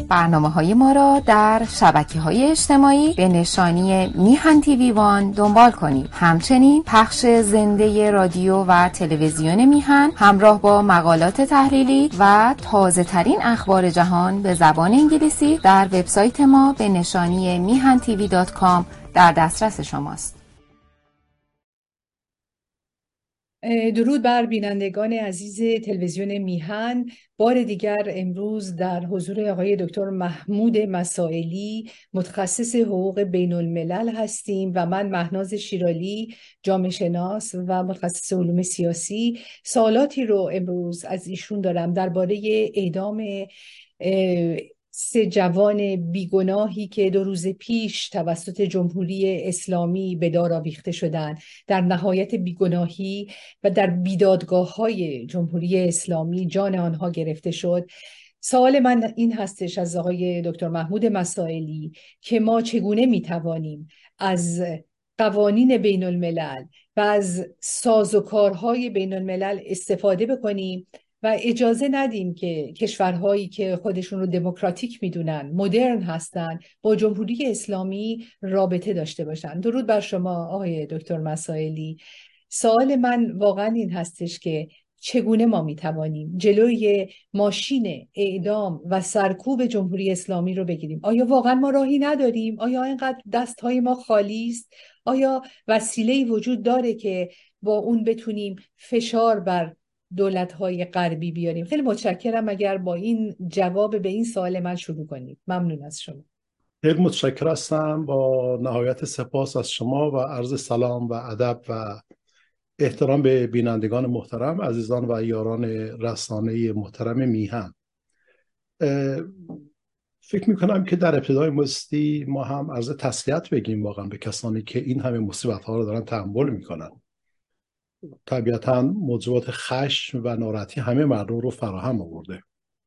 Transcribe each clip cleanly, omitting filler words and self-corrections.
برنامه‌های ما را در شبکه‌های اجتماعی به نشانی میهن تیوی وان دنبال کنید. همچنین پخش زنده رادیو و تلویزیون میهن همراه با مقالات تحلیلی و تازه‌ترین اخبار جهان به زبان انگلیسی در وبسایت ما به نشانی mihantv.com در دسترس شماست. درود بر بینندگان عزیز تلویزیون میهن. بار دیگر امروز در حضور آقای دکتر محمود مسائلی، متخصص حقوق بین الملل هستیم و من مهناز شیرالی، جامعه شناس و متخصص علوم سیاسی. سوالاتی رو امروز از ایشون دارم درباره اعدام 3 جوان بیگناهی که 2 روز پیش توسط جمهوری اسلامی به دار آویخته شدند. در نهایت بیگناهی و در بیدادگاه‌های جمهوری اسلامی جان آنها گرفته شد. سوال من این هستش از آقای دکتر محمود مسائلی که ما چگونه میتوانیم از قوانین بین الملل و از سازوکارهای بین الملل استفاده بکنیم و اجازه ندیم که کشورهایی که خودشون رو دموکراتیک میدونن، مدرن هستن، با جمهوری اسلامی رابطه داشته باشن. درود بر شما آقای دکتر مسائلی. سوال من واقعا این هستش که چگونه ما میتوانیم جلوی ماشین اعدام و سرکوب جمهوری اسلامی رو بگیریم؟ آیا واقعا ما راهی نداریم؟ آیا اینقدر دستهای ما خالی است؟ آیا وسیله‌ای وجود داره که با اون بتونیم فشار بر دولت‌های غربی بیاریم؟ خیلی متشکرم اگر با این جواب به این سوال من شروع کنید. ممنون از شما. خیلی متشکر هستم. با نهایت سپاس از شما و عرض سلام و ادب و احترام به بینندگان محترم، عزیزان و یاران رسانه محترم میهن. فکر میکنم که در ابتدای مستی ما هم عرض تسلیت بگیم واقعا به کسانی که این همه مصیبت ها رو دارن تحمل میکنن. طبیعتا موجبات خشم و ناراحتی همه مردم رو فراهم آورده.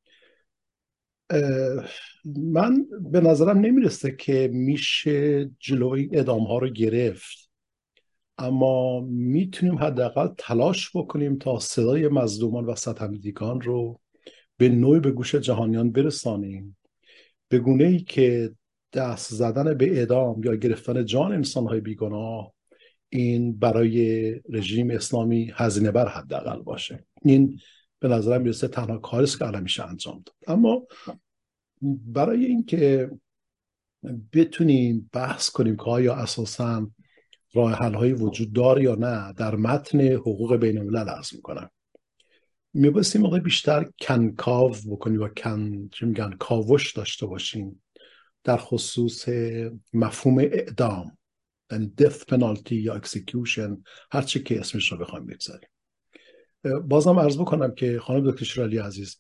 من به نظرم نمیرسه که میشه جلوی اعدام ها رو گرفت، اما میتونیم حداقل تلاش بکنیم تا صدای مظلومان و ستمدیگان رو به نوعی به گوش جهانیان برسانیم، به گونه‌ای که دست زدن به اعدام یا گرفتن جان انسان‌های بیگناه این برای رژیم اسلامی هزینه بر حداقل باشه. این به نظرم میرسه تنها کاری است که الان میشه انجام داد. اما برای اینکه بتونیم بحث کنیم که آیا اساساً راه حل‌هایی وجود داره یا نه، در متن حقوق بین الملل عرض میکنم میبایستی موقع بیشتر کنکاو بکنیم و کاوش داشته باشیم در خصوص مفهوم اعدام، یعنی death penalty یا execution، هر چی که اسمش رو بخوایم بگذاریم. بازم عرض بکنم که خانم دکتر شیرالی عزیز،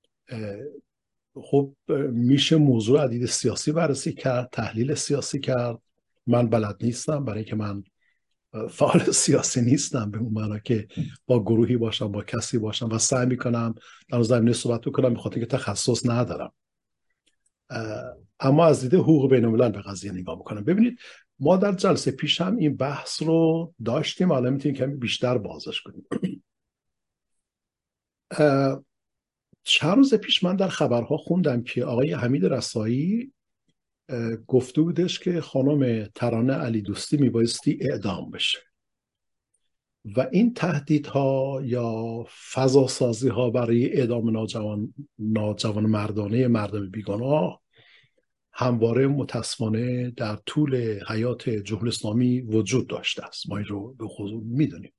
خب میشه موضوع عدید سیاسی بررسی کرد، تحلیل سیاسی کرد. من بلد نیستم، برای اینکه من فعال سیاسی نیستم به اون معنا که با گروهی باشم، با کسی باشم و سعی میکنم در اون زمینه صحبت بکنم، بخاطر که تخصص ندارم. اما از دید حقوق بین الملل به قضیه نگاه میکنم. ببینید، ما در جلسه پیش هم این بحث رو داشتیم، الان میتونیم کمی بیشتر بازش کنیم. چند روز پیش من در خبرها خوندم که آقای حمید رسایی گفته بودش که خانم ترانه علی دوستی میبایستی اعدام بشه و این تهدیدها یا فضاسازی ها برای اعدام ناجوان مردانه مردم بیگناه همواره متاسفانه در طول حیات جمهوری اسلامی وجود داشته است. ما این رو به خصوص میدونیم.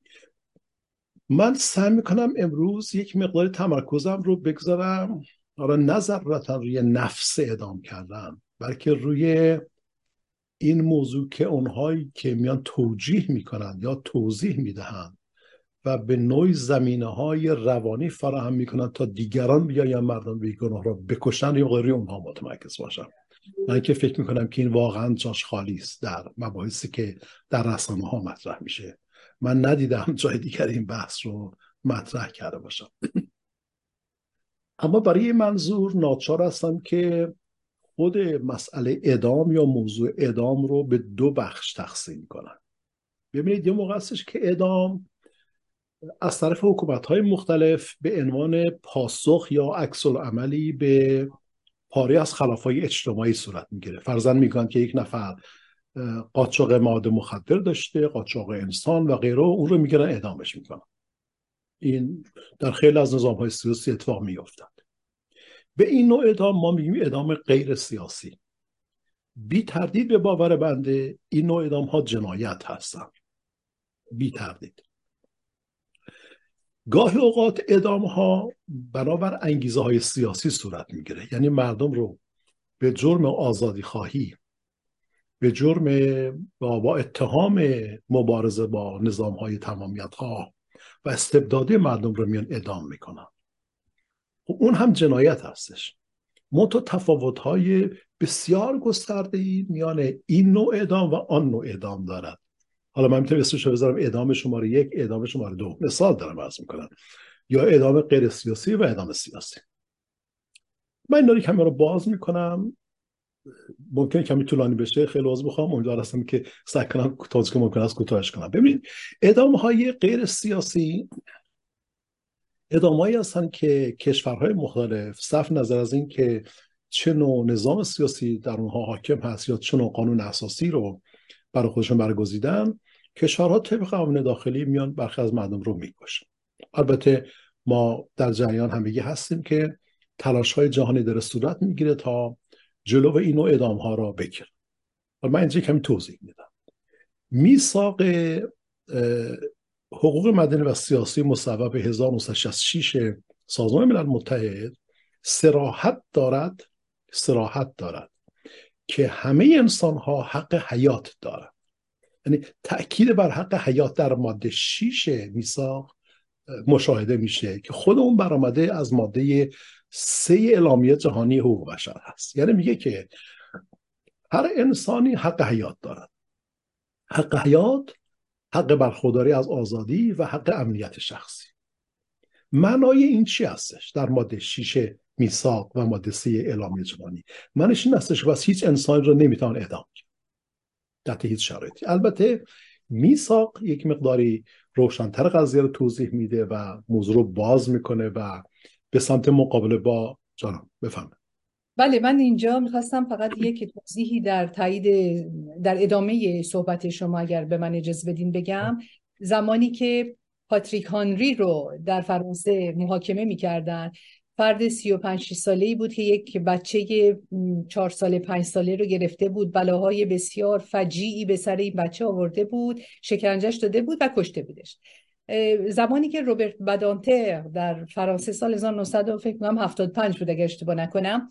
من سعی میکنم امروز یک مقدار تمرکزم رو بگذارم نه ضرورتا روی نفس اعدام کردن، بلکه روی این موضوع که اونهایی که میان توجیه میکنن یا توضیح میدهن و به نوعی زمینه‌های روانی فراهم میکنن تا دیگران بیاین مردم بیگناه را بکشن، یا غیری اونها متمرکز باشن. من که فکر میکنم که این واقعا جاش خالی است در مباحثی که در رسانه‌ها مطرح میشه. من ندیدم جای دیگر این بحث رو مطرح کرده باشم. اما برای منظور ناچار هستم که خود مسئله اعدام یا موضوع اعدام رو به 2 بخش تقسیم کنم. ببینید، یه موقع هستش که اعدام از طرف حکومت‌های مختلف به عنوان پاسخ یا عکس العملی به پاره از خلافای اجتماعی صورت میگیره. فرضاً میگن که یک نفر قاچاق مواد مخدر داشته، قاچاق انسان و غیره، اون رو میگیرن اعدامش میکنن. این در خیلی از نظام‌های سیاسی اتفاق میافتد. به این نوع اعدام ما میگیم اعدام غیر سیاسی. بی تردید به باور بنده این نوع اعدام ها جنایت هستند، بی تردید. گاهی اوقات اعدام ها بنابر انگیزه های سیاسی صورت میگیره، یعنی مردم رو به جرم آزادی خواهی، به جرم با اتهام مبارزه با نظام های تمامیت ها و استبدادی مردم رو میان اعدام میکنن. اون هم جنایت هستش. منتها تفاوت‌های بسیار گسترده‌ای میان این نوع اعدام و آن نوع اعدام دارد. حالا من میتونم اسمش رو بذارم اعدام شماره 1، اعدام شماره 2. مثال دارم عرض میکنم. یا اعدام غیر سیاسی و اعدام سیاسی. من این کمی رو باز میکنم، ممکنه کمی طولانی بشه، خیلی عذر میخوام، امیدوار هستم که سعی کنم تا که ممکن است کوتاهش کنم. ببینید، اعدام‌های غیر سیاسی اعدام‌هایی هستند که کشورهای مختلف صرف نظر از این که چه نوع نظام سیاسی در اونها حاکم هست یا چه نوع قانون اساسی رو برای خودشون برگزیدن، کشورها طبق قوانین داخلی میان برخی از مردم رو میکشن. البته ما در جریان همگی هستیم که تلاش‌های جهانی داره صورت میگیره تا جلو این نوع اعدام‌ها را بگیره. من اینجا کمی توضیح میدم. میثاق حقوق مدنی و سیاسی مصوب 1966 سازمان ملل متحد صراحت دارد که همه انسان ها حق حیات دارند. یعنی تأکید بر حق حیات در ماده 6 میثاق مشاهده میشه که خود اون برآمده از ماده 3 اعلامیه جهانی حقوق بشر هست. یعنی میگه که هر انسانی حق حیات دارد. حق حیات، حق برخورداری از آزادی و حق امنیت شخصی. معنای این چی هستش در ماده 6 میثاق و ماده 3 اعلامیه جهانی؟ معنیش این هستش که بس هیچ انسانی رو نمیتوان اعدام کرد تحت هیچ شرایطی. البته میثاق یک مقداری روشن‌تر قضیه رو توضیح میده و موضوع رو باز میکنه و به سمت مقابله با جانم بفهمه. بله، من اینجا میخواستم فقط یک توضیحی در ادامه صحبت شما اگر به من اجازه بدین بگم. زمانی که پاتریک هانری رو در فرانسه محاکمه میکردن، فرد 35 ساله‌ای بود که یک بچه 4 ساله 5 ساله رو گرفته بود، بلاهای بسیار فجیعی به سر این بچه آورده بود، شکنجهش داده بود و کشته بودش. زمانی که روبرت بدانتر در فرانسه سال 1975 بود اگر اشتباه نکنم،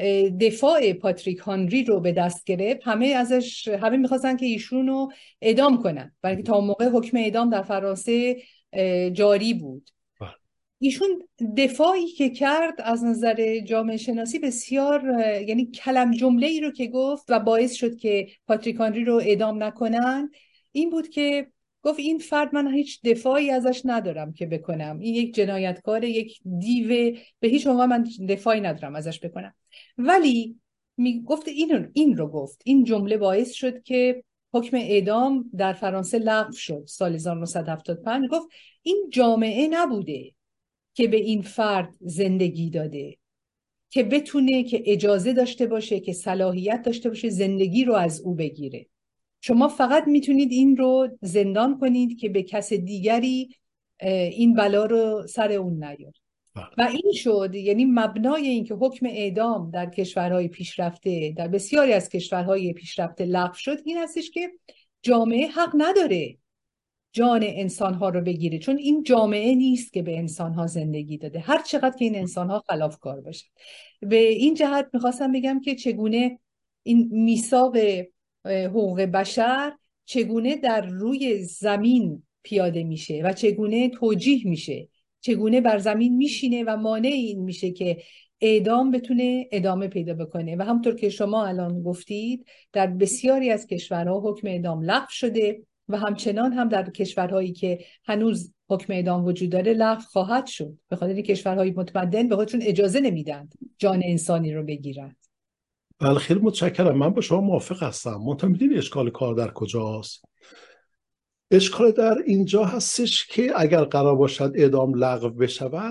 دفاع پاتریک هانری رو به دست گرفت، همه میخواستن که ایشون رو اعدام کنن، برای تا موقع حکم اعدام در فرانسه جاری بود. ایشون دفاعی که کرد از نظر جامعه شناسی بسیار، یعنی کلم جمله ای رو که گفت و باعث شد که پاتریک هانری رو اعدام نکنن، این بود که گفت این فرد من هیچ دفاعی ازش ندارم که بکنم، این یک جنایتکار، یک دیو، به هیچ عنوان من دفاعی ندارم ازش بکنم. ولی گفت این رو گفت، این جمله باعث شد که حکم اعدام در فرانسه لغو شد سال 1975. گفت این جامعه نبوده که به این فرد زندگی داده، که بتونه، که اجازه داشته باشه، که صلاحیت داشته باشه زندگی رو از او بگیره. شما فقط میتونید این رو زندان کنید که به کس دیگری این بلا رو سر اون نیاد. و این شد، یعنی مبنای این که حکم اعدام در کشورهای پیشرفته، در بسیاری از کشورهای پیشرفته لغو شد، این هستش که جامعه حق نداره جان انسانها رو بگیره، چون این جامعه نیست که به انسانها زندگی داده، هر چقدر که این انسانها خلافکار باشن. به این جهت میخواستم بگم که چگونه این میثاق حقوق بشر چگونه در روی زمین پیاده میشه و چگونه توجیه میشه، چگونه بر زمین میشینه و مانع این میشه که اعدام بتونه ادامه پیدا بکنه. و همونطور که شما الان گفتید، در بسیاری از کشورها حکم اعدام لغو شده و همچنان هم در کشورهایی که هنوز حکم اعدام وجود داره لغو خواهد شد، به خاطر اینکه کشورهای متمدن به خودشون اجازه نمیدن جان انسانی رو بگیرن. بله، خیلی متشکرم. من با شما موافق هستم. منتها می‌دونید اشکال کار در کجاست؟ اشکال در اینجا هستش که اگر قرار باشد اعدام لغو بشود،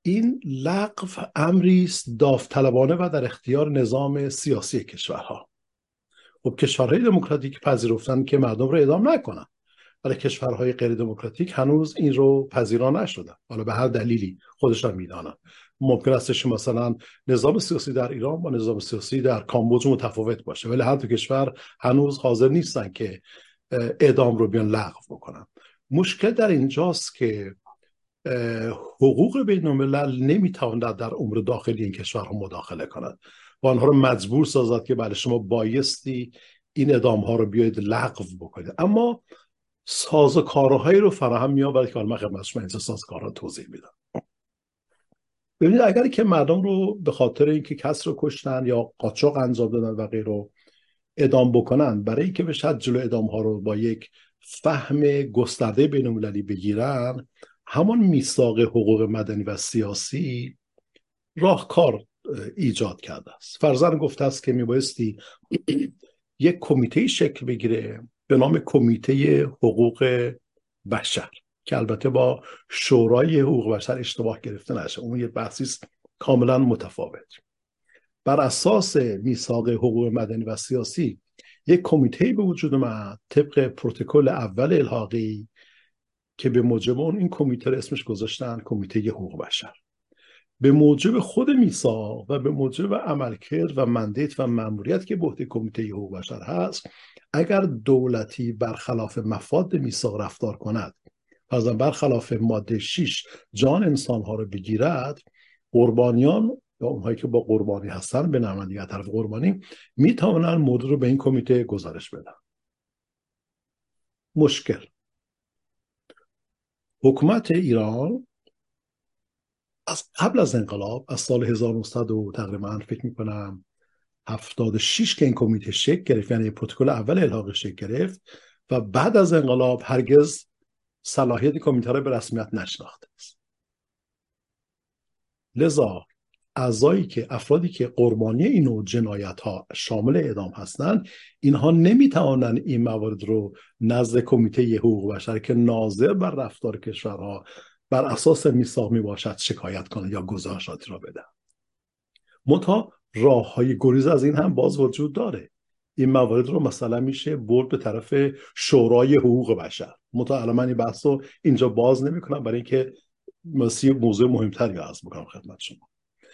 این لغو امری است داوطلبانه و در اختیار نظام سیاسی کشورها. خب کشورهای دموکراتیک پذیرفتن که مردم رو اعدام نکنن، ولی کشورهای غیر دموکراتیک هنوز این رو پذیرا نشدن، حالا به هر دلیلی خودشان میدانن. ممکن است مثلا نظام سیاسی در ایران با نظام سیاسی در کامبوج متفاوت باشه، ولی هر دو کشور هنوز حاضر نیستن که اعدام رو بیان لغو بکنن. مشکل در اینجاست که حقوق بین الملل نمیتواند در امور داخلی این کشورها مداخله کند و آنها رو مجبور سازد که بله شما بایستی این اعدام ها رو بیاید لغو بکنید، اما سازوکارهایی رو فراهم می‌آورد که من خدمت شما این سازوکارها توضیح میدم. ببینید اگر که مردم رو به خاطر اینکه کس رو کشتن یا قاچاق انجام دادن و غیره اعدام بکنن، برای اینکه بشه جلو اعدام ها رو با یک فهم گسترده بین المللی بگیرن، همان میثاق حقوق مدنی و سیاسی راهکار ایجاد کرده است. فرضاً گفته است که میبایستی یک کمیته شکل بگیره به نام کمیته حقوق بشر که البته با شورای حقوق بشر اشتباه گرفته نشه، اون یه بحثی است کاملا متفاوت. بر اساس میثاق حقوق مدنی و سیاسی یک کمیته به وجود اومد طبق پروتکل اول الحاقی که به موجب اون این کمیته رو اسمش گذاشتن کمیته حقوق بشر. به موجب خود میثاق و به موجب عملکرد و مندیت و مأموریت که به عهده کمیته حقوق بشر هست، اگر دولتی برخلاف مفاد میثاق رفتار کند، مثلا برخلاف ماده 6 جان انسانها رو بگیرد، قربانیان یا اونهایی که با قربانی هستن به نمایندگی از طرف قربانی میتوانن مورد رو به این کمیته گزارش بدن. مشکل حکومت ایران از قبل از انقلاب، از سال 1900 و تقریبا فکر میکنم 76 که این کمیته شکل گرفت، یعنی پروتکل اول الحاقی شکل گرفت، و بعد از انقلاب هرگز صلاحیت کمیته را به رسمیت نشناخته است. لذا افرادی که قربانی این نوع جنایت ها شامل اعدام هستند، اینها نمیتوانند این موارد رو نزد کمیته حقوق بشر که ناظر بر رفتار کشورها بر اساس میثاق می باشد شکایت کنند یا گزارشاتی را بدن. منتها راه‌های گریز از این هم باز وجود داره. این موارد رو مثلا میشه برد به طرف شورای حقوق بشر. منتها الان من این بحث رو اینجا باز نمی‌کنم برای اینکه موضوع مهمتری عرض بکنم خدمت شما.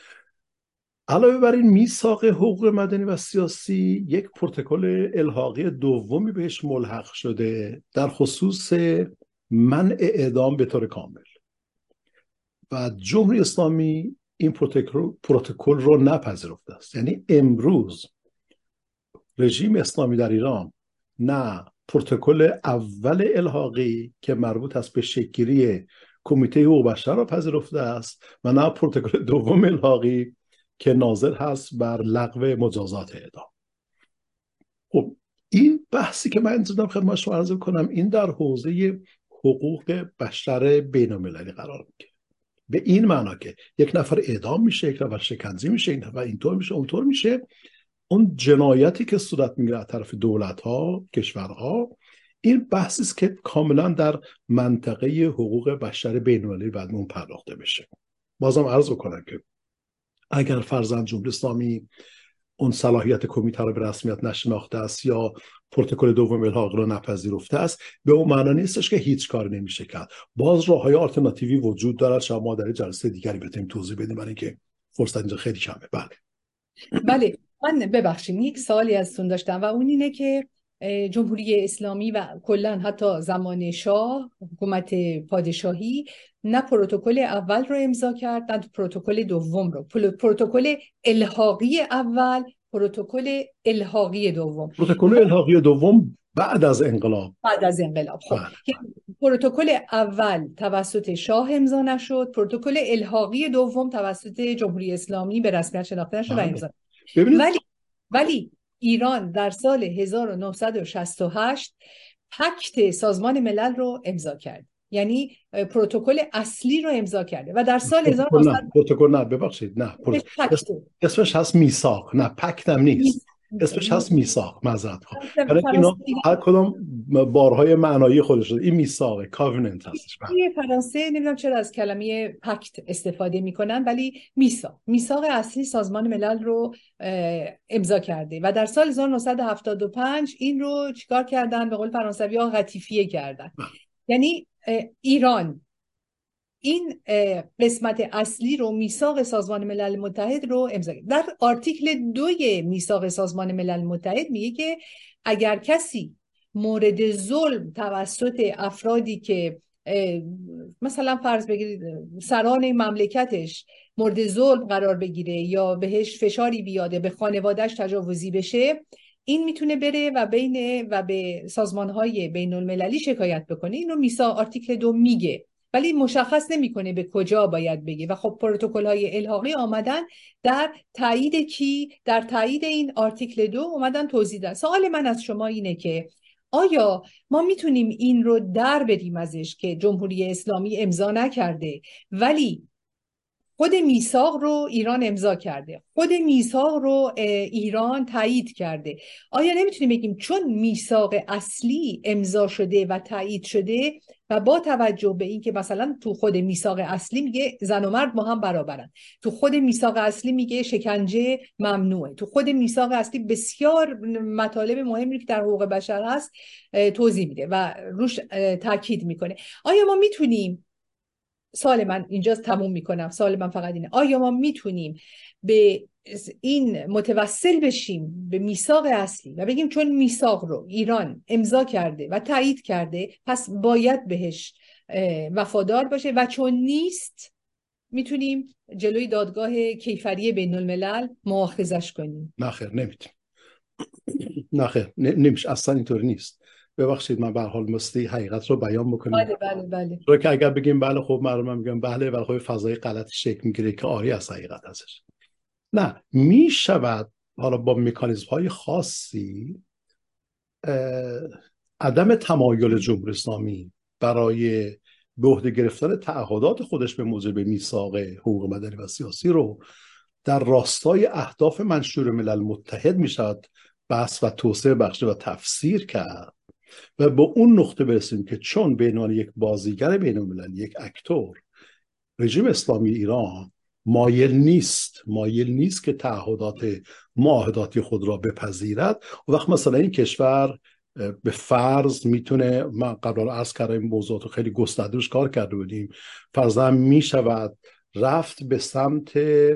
علاوه بر این میثاق حقوق مدنی و سیاسی یک پروتکل الحاقی دومی بهش ملحق شده در خصوص منع اعدام به طور کامل و جمهوری اسلامی این پروتکل رو نپذیرفته است. یعنی امروز رژیم اسلامی در ایران نه پروتکل اول الحاقی که مربوط است به شکل‌گیری کمیته حقوق بشر را پذیرفته است و نه پروتکل دوم الحاقی که ناظر هست بر لغو مجازات اعدام. خب این بحثی که من دارم خدمت شما عرض کنم، این در حوزه حقوق بشر بین‌المللی قرار میگیره. به این معنا که یک نفر اعدام میشه، یک نفر شکنجه میشه، یک نفر اینطور میشه، اونطور میشه، اون جنایتی که صورت میگیره از طرف دولت‌ها، کشورها، این بحثی است که کاملا در منطقه حقوق بشر بین‌المللی باید اون پرداخته بشه. بازم عرض بکنم که اگر فرضاً جمهوری اسلامی اون صلاحیت کمیته رو به رسمیت نشناخته است یا پروتکل دوم الحاقی رو نپذیرفته است، به اون معنی نیستش که هیچ کار نمیشه کرد. باز راه‌های آلترناتیوی وجود دارد. شما ما در جلسه دیگری بتونیم توضیح بدیم برای اینکه فرصت اینجا خیلی کمه. بله، من ببخشید یک سوالی ازتون داشتم و اون اینه که جمهوری اسلامی و کلا حتی زمان شاه، حکومت پادشاهی، نه پروتکل اول رو امضا کرد نه پروتکل دوم رو. پروتکل الحاقی اول، پروتکل الحاقی دوم. پروتکل الحاقی دوم بعد از انقلاب. خب پروتکل اول توسط شاه امضا نشد، پروتکل الحاقی دوم توسط جمهوری اسلامی به رسمیت شناخته نشد و امضا. ولی ایران در سال 1968 پکت سازمان ملل رو امضا کرد، یعنی پروتکل اصلی رو امضا کرده و در سال 1900 پروتکل نه ببخشید نه اسمش هست میثاق، نه پکت هم نیست. اسمش هست میثاق، معذرت خواهم، برای اینا فرانسه هر کدام بارهای معنایی خودش داره. این میثاق کاوننت هستش. توی فرانسه نمیدونم چرا از کلمه پکت استفاده میکنن، ولی میثاق اصلی سازمان ملل رو امضا کرده و در سال 1975 این رو چیکار کردن؟ به قول فرانسوی‌ها راتیفیه کردن. یعنی ایران این قسمت اصلی رو، میثاق سازمان ملل متحد رو امضا کرد. در آرتیکل 2 میثاق سازمان ملل متحد میگه که اگر کسی مورد ظلم توسط افرادی که مثلا فرض بگیرید سران مملکتش مورد ظلم قرار بگیره یا بهش فشاری بیاده، به خانوادهش تجاوزی بشه، این میتونه بره و به سازمان‌های بین المللی شکایت بکنه. اینو میثاق آرتیکل 2 میگه، ولی مشخص نمیکنه به کجا باید بگه. و خب پروتکل‌های الحاقی آمدن در تایید در تایید این آرتیکل 2 اومدن توضیح دادن. سوال من از شما اینه که آیا ما میتونیم این رو در بریم ازش که جمهوری اسلامی امضا نکرده ولی خود میثاق رو ایران امضا کرده، خود میثاق رو ایران تایید کرده؟ آیا نمیتونیم بگیم چون میثاق اصلی امضا شده و تایید شده و با توجه به این که مثلا تو خود میثاق اصلی میگه زن و مرد با هم برابرن، تو خود میثاق اصلی میگه شکنجه ممنوعه، تو خود میثاق اصلی بسیار مطالب مهمی که در حقوق بشر هست توضیح میده و روش تاکید میکنه، آیا ما میتونیم، سوال من اینجاست تموم میکنم، سوال من فقط اینه، آیا ما میتونیم به این متوسل بشیم به میثاق اصلی و بگیم چون میثاق رو ایران امضا کرده و تایید کرده پس باید بهش وفادار باشه و چون نیست میتونیم جلوی دادگاه کیفری بین الملل مؤاخذش کنیم؟ نه خیر، نمیتونیم. نه خیر، نمیشه، اصلا اینطوری نیست. ببخشید، من به هر حال مستی حقیقت رو بیان بکنیم. بله. رو که اگر بگیم بله خب مردم میگن بله، ولی خب فضای غلطی شکل میگیره که آری از حقیقت ازش. نه، میشود حالا با مکانیزم های خاصی عدم تمایل جمهوری اسلامی برای به عهده گرفتن تعهدات خودش به موجب میثاق حقوق مدنی و سیاسی رو در راستای اهداف منشور ملل متحد میشود بحث و توسعه بخش و تفسیر کرد و به اون نقطه برسیم که چون به عنوان یک بازیگر بین المللی، یک اکتور، رژیم اسلامی ایران مایل نیست که تعهدات معاهداتی خود را بپذیرد، و وقت مثلا این کشور به فرض میتونه، من قبلا عرض کردم این موضوعات رو خیلی گسترده روش کار کرده بودیم، فرضاً میشود رفت به سمت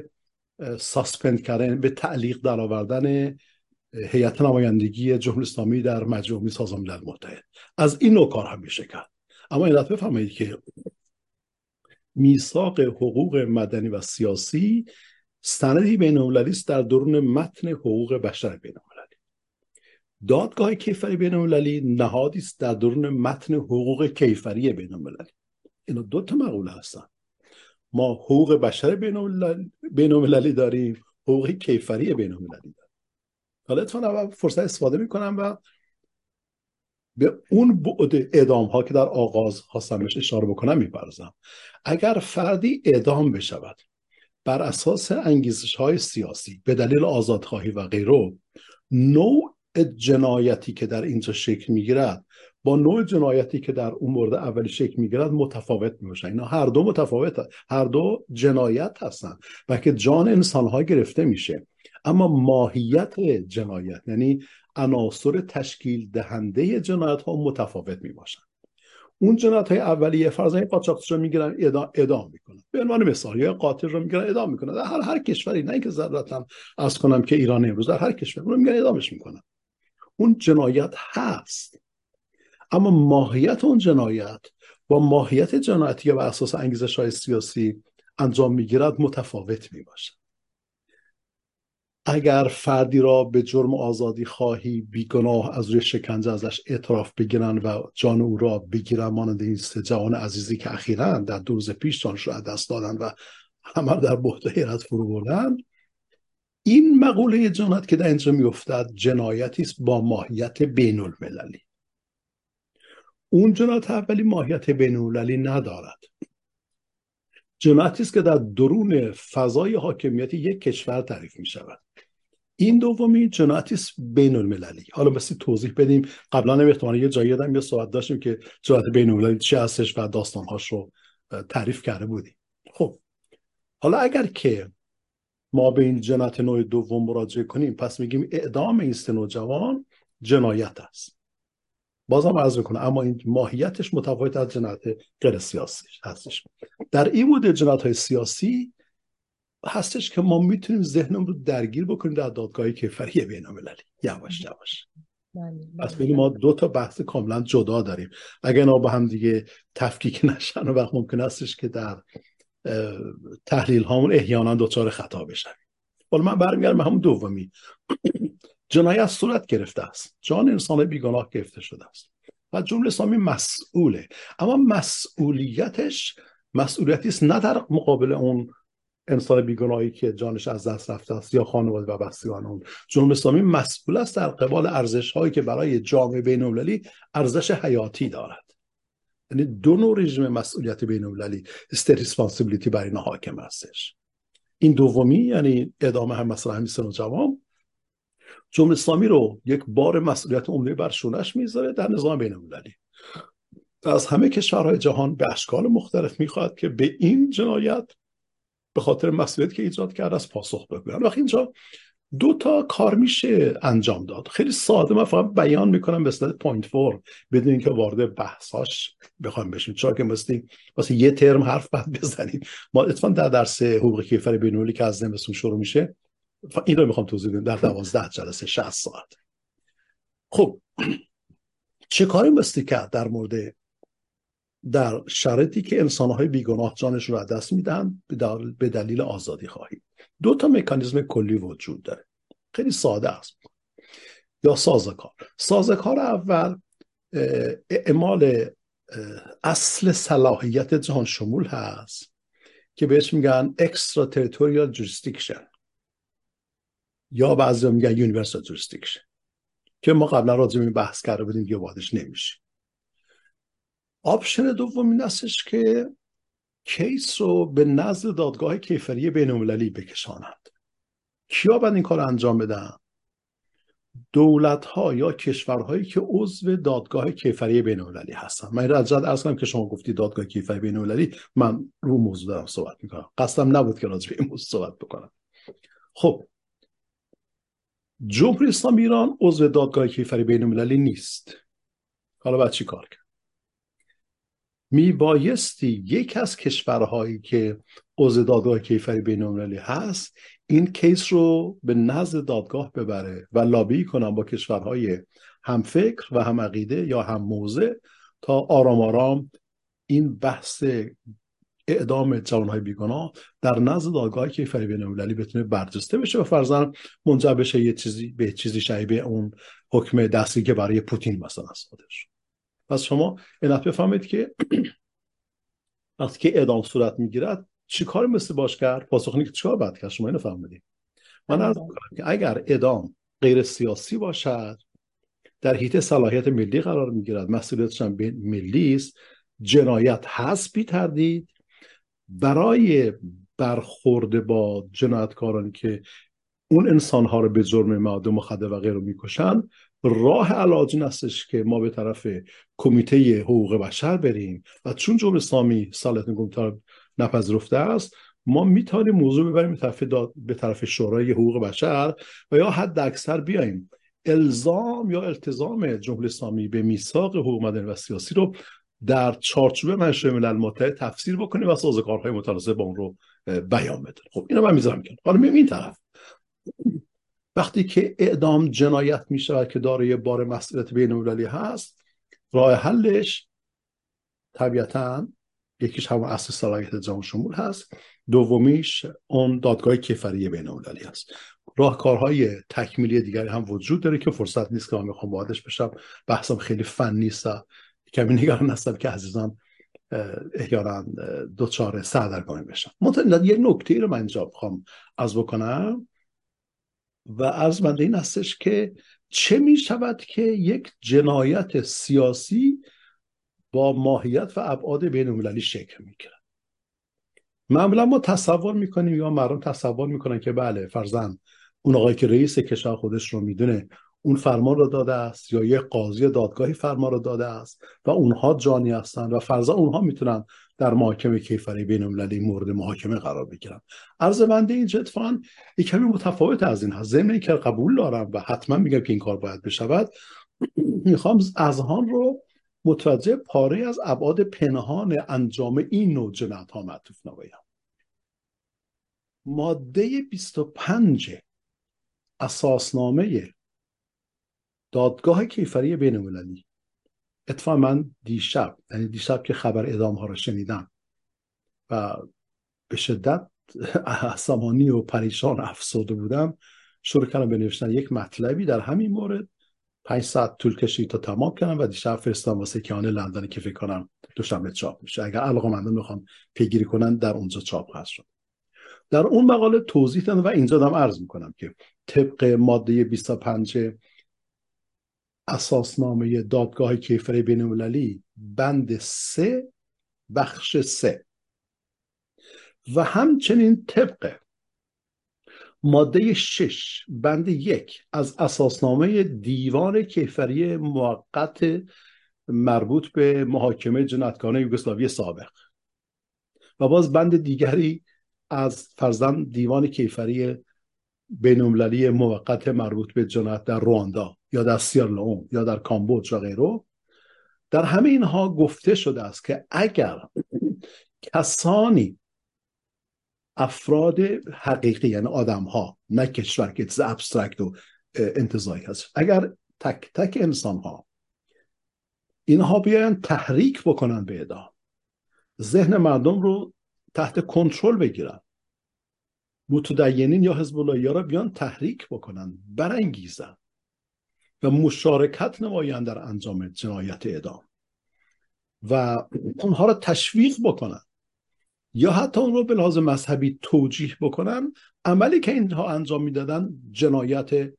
ساسپند کردن، به تعلیق درآوردن هیئت نمایندگی جمهوری اسلامی در مجمع عمومی سازمان ملل متحد. از این نوع کار هم میشه کرد. اما این دفعه بفرمایید که میثاق حقوق مدنی و سیاسی سندی بین‌المللی است در درون متن حقوق بشر بین‌المللی. دادگاه کیفری بین‌المللی نهادی است در درون متن حقوق کیفری بین‌المللی. اینا دو تا مقوله هستن. ما حقوق بشر بین‌المللی داریم، حقوق کیفری بین‌المللی داریم. حالا اتفاقا فرصت استفاده میکنم و به اون بعد اعدام ها که در آغاز خواستم بهش اشاره بکنم میپردازم. اگر فردی اعدام بشود بر اساس انگیزش های سیاسی به دلیل آزادخواهی و غیره، نوع جنایتی که در اینجا شکل میگیرد با نوع جنایتی که در اون مورد اولی شکل میگیرد متفاوت میباشن. اینا هر دو متفاوت، هر دو جنایت هستن و که جان انسان ها گرفته میشه، اما ماهیت جنایت، یعنی عناصر تشکیل دهنده جنایت ها متفاوت می باشن. اون جنایت های اولیه، فرضاً قاچاقچی رو میگیرن اعدام میکنن، به عنوان مثال، یا قاتل رو میگیرن اعدام میکنن در هر کشوری، نه اینکه ضرورتاً از کنم که ایران امروز، در هر کشوری رو میگیرن اعدامش میکنن. اون جنایت هست، اما ماهیت اون جنایت با ماهیت جنایتی که بر اساس انگیزش های سیاسی انجام میگیرد متفاوت میباشد. اگر فردی را به جرم آزادی خواهی بیگناه از روی شکنجه ازش اعتراف بگیرن و جان او را بگیرن، مانند این 3 جوان عزیزی که اخیراً در 2 روز پیش جانش را دست دادن و همه در بهت حیرت فرو بردن، این مقوله جنایت که در اینجا میافتد جنایتی است با ماهیت بین المللی. اون جنایت اولی ماهیت بین المللی ندارد، جنایتی است که در درون فضای حاکمیت یک کشور تعریف می شود. این دومی جنایتی است بین المللی. حالا بسی توضیح بدیم. قبلا هم احتمالاً یه جایی یه صحبت داشتیم که جنایت بین المللی چی هستش و داستانهاش رو تعریف کرده بودیم. خب حالا اگر که ما به این جنایت نوع دوم مراجعه کنیم، پس میگیم اعدام این سه نوجوان جنایت است. بازم عرض میکنم اما این ماهیتش متفاوت از جنایت غیر سیاسی هستش. در این مورد جنایت‌های سیاسی هستش که ما میتونیم ذهنمون رو درگیر بکنیم در دادگاه کیفری بین‌المللی یواش یواش. پس ببینیم ما دو تا بحث کاملا جدا داریم. اگر اینا با هم دیگه تفکیک نشن و وقت ممکن استش که در تحلیل هامون احیانا دچار خطا بشن. حالا من برمیگردم به همون دومی. جنایت صورت گرفته است، جان انسان بیگناه گرفته شده است و جمهوری اسلامی مسئوله، اما مسئولیتی است نه در مقابل اون انسان بیگناهی که جانش از دست رفته است یا خانواده و بستگان اون. جمهوری اسلامی مسئول است در قبال ارزش‌هایی که برای جامعه بین‌المللی ارزش حیاتی دارد. یعنی دو نوع رژیم مسئولیت بین‌المللی state responsibility بر این حاکم هستش. این دومی یعنی ادامه هم مثلا همین سن و جوان، جمهوری اسلامی رو یک بار مسئولیت عمده بر شونش میذاره در نظام بین‌المللی. از همه کشورهای جهان به اشکال مختلف میخواد که به این جنایت به خاطر مسئولیتی که ایجاد کرده است پاسخ بگویند. وقتی اینجا دو تا کار میشه انجام داد. خیلی ساده من فقط بیان میکنم به صورت پوینت فور بدون اینکه وارد بحثاش بخوام بشیم، چون که واسه یه ترم حرف بعد بزنیم. ما اتفاقا در درس حقوق کیفری بین‌المللی که از زمستون شروع میشه این رو میخوام توضیح بدم در 12 جلسه 60 ساعت. خب چه کاری بستی کرد در شرایطی که انسان‌های بیگناه جانشون رو از دست میدن به دلیل آزادی خواهی؟ دو تا مکانیزم کلی وجود داره، خیلی ساده است یا سازوکار اول اعمال اصل صلاحیت جهان شمول هست که بهش میگن اکسترا تریتوریال جوریسدیکشن یا بعضی میگن یونیورسال جوریسدیکشن که ما قبلا راجع به این بحث کرده بودیم که وادش نمیشه. آپشن دوم این استش که کیس رو به نزد دادگاه کیفری بین‌المللی بکشانند. کیا باید این کار انجام بدن؟ دولت‌ها یا کشورهایی که عضو دادگاه کیفری بین‌المللی هستن. من رجعت عرض کنم که شما گفتی دادگاه کیفری بین‌المللی، من رو موضوع دارم صحبت میکنم، قصدم نبود که راجع به این موضوع صحبت بکنم. خب جمهوری اسلامی ایران عضو دادگاه کیفری بین‌المللی نیست. حالا باید چی کار کرد؟ میبایستی یک از کشورهایی که عضو دادگاه کیفری بین‌المللی هست این کیس رو به نزد دادگاه ببره و لابی کنن با کشورهای هم فکر و هم عقیده یا هم موضع تا آرام آرام این بحث اعدام جوانهای بیگناه در نزد دادگاه کیفری بین‌المللی بتونه برجسته بشه و فرضاً منجر بشه یه چیزی شبیه اون حکم دستی که برای پوتین مثلا صادر شد. پس شما اینت بفهمید که وقتی که اعدام صورت میگیرد چی کار مثل باش کرد؟ پاسخ اینه که چیکار باید کرد؟ شما اینو فهمیدید. من عرض می‌کنم که اگر اعدام غیر سیاسی باشد، در حیطه صلاحیت ملی قرار میگیرد، مسئولیتش هم ملی است، جنایت هست بی تردید. برای برخورد با جنایتکارانی که اون انسانها رو به جرم مواد مخدر و غیره میکشن، راه علاج این استش که ما به طرف کمیته حقوق بشر بریم و چون جمهوری اسلامی صلاحیت کمیته نپذیرفته است، ما میتونیم موضوع ببریم به طرف شورای حقوق بشر و یا حد اکثر بیایم الزام یا التزام جمهوری اسلامی به میثاق حقوق مدنی و سیاسی رو در چارچوب منشأ ملل متحد تفسیر بکنیم و سازوکارهای متناسب با اون رو بیان بدیم. خب اینو من میذارم کنار. حالا این طرف وقتی که اعدام جنایت میشه که دارای بار مسئولیت بین‌المللی هست، راه حلش طبیعتاً یکیش همون اصل صلاحیت جهان شمول هست، دومیش اون دادگاه کیفری بین‌المللی هست. راهکارهای تکمیلی دیگری هم وجود داره که فرصت نیست که من بخوام واردش بشم، بحثم خیلی فنی است. کمی نگران هستم که عزیزان احیانا دوچار سردرگمی بشن. یه نکته رو من اینجا بخوام عرض بکنم و عرضمند این هستش که چه می شود که یک جنایت سیاسی با ماهیت و ابعاد بین‌المللی شکل میگیرد. معمولا ما تصور میکنیم یا مردم تصور میکنن که بله فرضاً اون آقایی که رئیس کشور خودش رو میدونه اون فرمان رو داده است، یا یه قاضی دادگاهی فرمان رو داده است و اونها جانی هستن و فرضاً اونها میتونن در محاکمه کیفری بین‌المللی مورد محاکمه قرار بگیرن. عرض بنده اینجا اتفاقاً یک کمی متفاوت از این هست. ضمن اینکه قبول دارم و حتما میگم که این کار باید بشود، میخوام اذهان رو متوجه پاره از ابعاد پنهان انجام این نوع جنایت‌ها معطوف نمایم. ماده 25 اساسنامه دادگاه کیفری بین‌المللی، اتفاقا من دیشب که خبر اعدام ها رو شنیدم و به شدت عصبانی و پریشان افسرده بودم، شروع کردم به نوشتن یک مطلبی در همین مورد. 5 ساعت طول کشید تا تمام کنم و دیشب فرستادم واسه کیهان لندن که فکر کنم دوشنبه چاپ میشه. اگر علاقه‌مندان میخوام پیگیری کنن در اونجا چاپ خواهد شد. در اون مقاله توضیح دادم و اینجا دارم عرض میکنم که طبق ماده 25 اساسنامه دادگاه کیفری بین‌المللی بند 3 بخش 3 و همچنین طبق ماده 6 بند 1 از اساسنامه دیوان کیفری موقت مربوط به محاکمه جنایتکاران یوگسلاوی سابق و باز بند دیگری از فرزند دیوان کیفری بین‌المللی موقت مربوط به جنایت در رواندا یا در سیرالئون یا در کامبوج و غیره، در همه اینها گفته شده است که اگر کسانی، افراد حقیقی، یعنی آدم ها، نه کشور که چیز ابسترکت و انتزاعی هست، اگر تک تک انسان ها اینها بیاین تحریک بکنن به اعدام، ذهن مردم رو تحت کنترل بگیرن، متدینین یا حزب اللهی را بیان تحریک بکنن، برانگیزن و مشارکت نمایان در انجام جنایت اعدام و اونها را تشویق بکنن یا حتی اون رو به لحاظ مذهبی توجیه بکنن، عملی که اینها انجام میدادن جنایت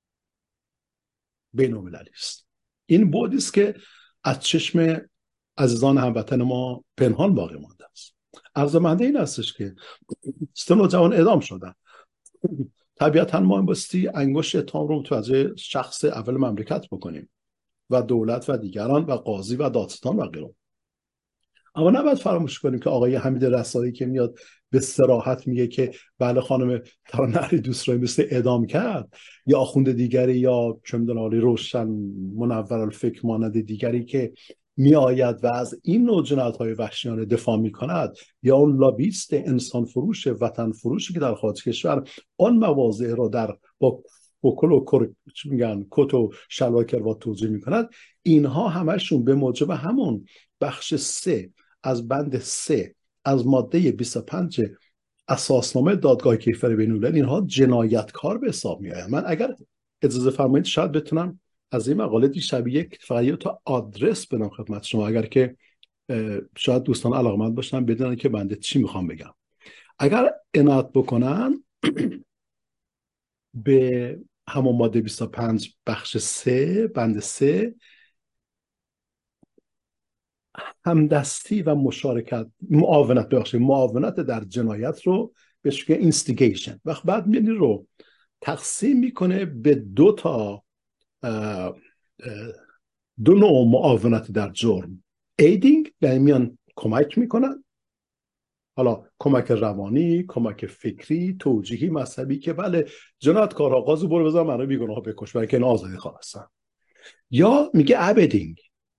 بین‌المللی است. این بعدی است که از چشم عزیزان هموطن ما پنهان باقی مانده است. عرضمنده این هستش که 3 نوجوان اعدام شدن. طبیعتا ما بایستی انگشت اتهام رو متوجه شخص اول مملکت بکنیم و دولت و دیگران و قاضی و دادستان و غیره. اما نباید فراموش کنیم که آقای حمید رسایی که میاد به صراحت میگه که بله خانم ترانه علیدوست رو مثل اعدام کرد، یا آخوند دیگری یا چه میدونم روشن منور الفکر مانند دیگری که میآید و از این نوع جنایت‌های وحشیانه دفاع میکند، یا اون لابیست انسان فروش وطن فروشی که در خارج کشور آن مواضع رو در با کل و کت و شلوار کروات توضیح میکند، اینها همشون به موجب همون بخش 3 از بند 3 از ماده 25 اساسنامه دادگاه کیفری بین‌المللی اینها جنایتکار به حساب میآیند. من اگر اجازه فرمایید شاید بتونم از این مقاله دیشب فقط تا آدرس بدم خدمت شما، اگر که شاید دوستان علاقمند باشن بدونن که بنده چی میخوام بگم. اگر عنایت بکنن به همون ماده 25 بخش 3 بند 3 همدستی و مشارکت، معاونت در جنایت رو بهش میگه اینستیگیشن، وقت بعد میانی رو تقسیم میکنه به 2 نوع معاونت در جرم. ایدینگ یعنی میان کمک میکنن، حالا کمک روانی، کمک فکری، توجیهی، مذهبی، که بله جنایتکارها قاضی برو بزن منو بیگناه بکش برای که این آزادی خواه هستن. یا میگه ابدینگ،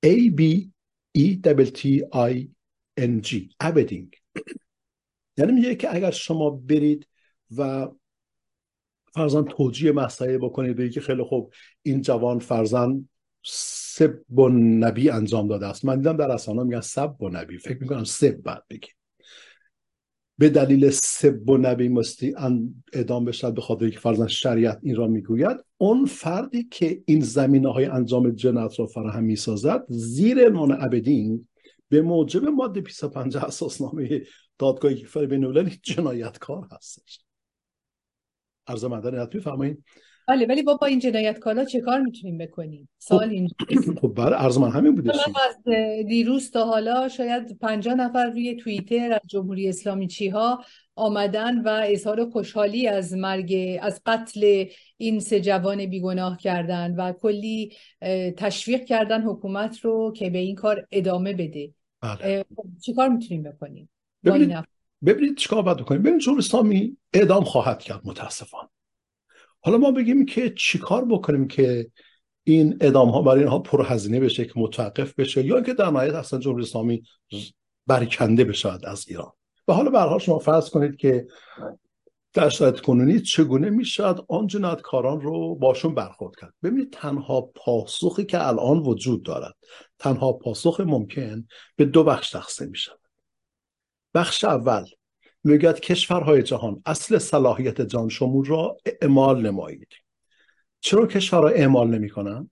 ABEDTING، ابدینگ یعنی میگه که اگر شما برید و فرزن توجیه مسئله بکنید، بگید که خیلی خوب این جوان فرزن سب و نبی انجام داده است، من دیدم در رسانه‌ها میگن سب و نبی، فکر میکنم سب بعد بگید، به دلیل سب و نبی مستی اعدام بشد به خاطر که فرزن شریعت این را میگوید، اون فردی که این زمینه‌های انجام جنایت را فراهم میسازد زیر عنوان ابدینگ به موجب ماده 25 اساسنامه دادگاه کیفری بین‌المللی جنایتکار هستش. عرض مدار نهایت بفرمایید. بله، ولی با این جنایتکارا چه کار میتونیم بکنیم؟ سوال خب اینجاست. خب برای عرض من همین من بودش. از دیروز تا حالا شاید 50 نفر روی توییتر از جمهوری اسلامی چیها آمدن و اظهار خوشحالی از از قتل این سه جوان بیگناه کردن و کلی تشویق کردن حکومت رو که به این کار ادامه بده. بله. خب چی کار میتونیم بکنیم با این ببینید افراد؟ ببینید چیکار باید بکنیم. ببینید جمهوری اسلامی اعدام خواهد کرد متاسفانه. حالا ما بگیم که چیکار بکنیم که این اعدام ها برای اینها پرهزینه بشه، که متوقف بشه، یا اینکه در نهایت اصلا جمهوری اسلامی برکنده بشود از ایران. و حالا به هر حال شما فرض کنید که در شرایط کنونی چگونه میشود آن جنایتکاران رو باشون برخورد کرد. ببینید تنها پاسخی که الان وجود دارد، تنها پاسخ ممکن، به دو بخش تقسیم می شود. بخش اول میگوید کشورهای جهان اصل صلاحیت جان شمول را اعمال نمایید. چرا کشورها اعمال نمی‌کنند؟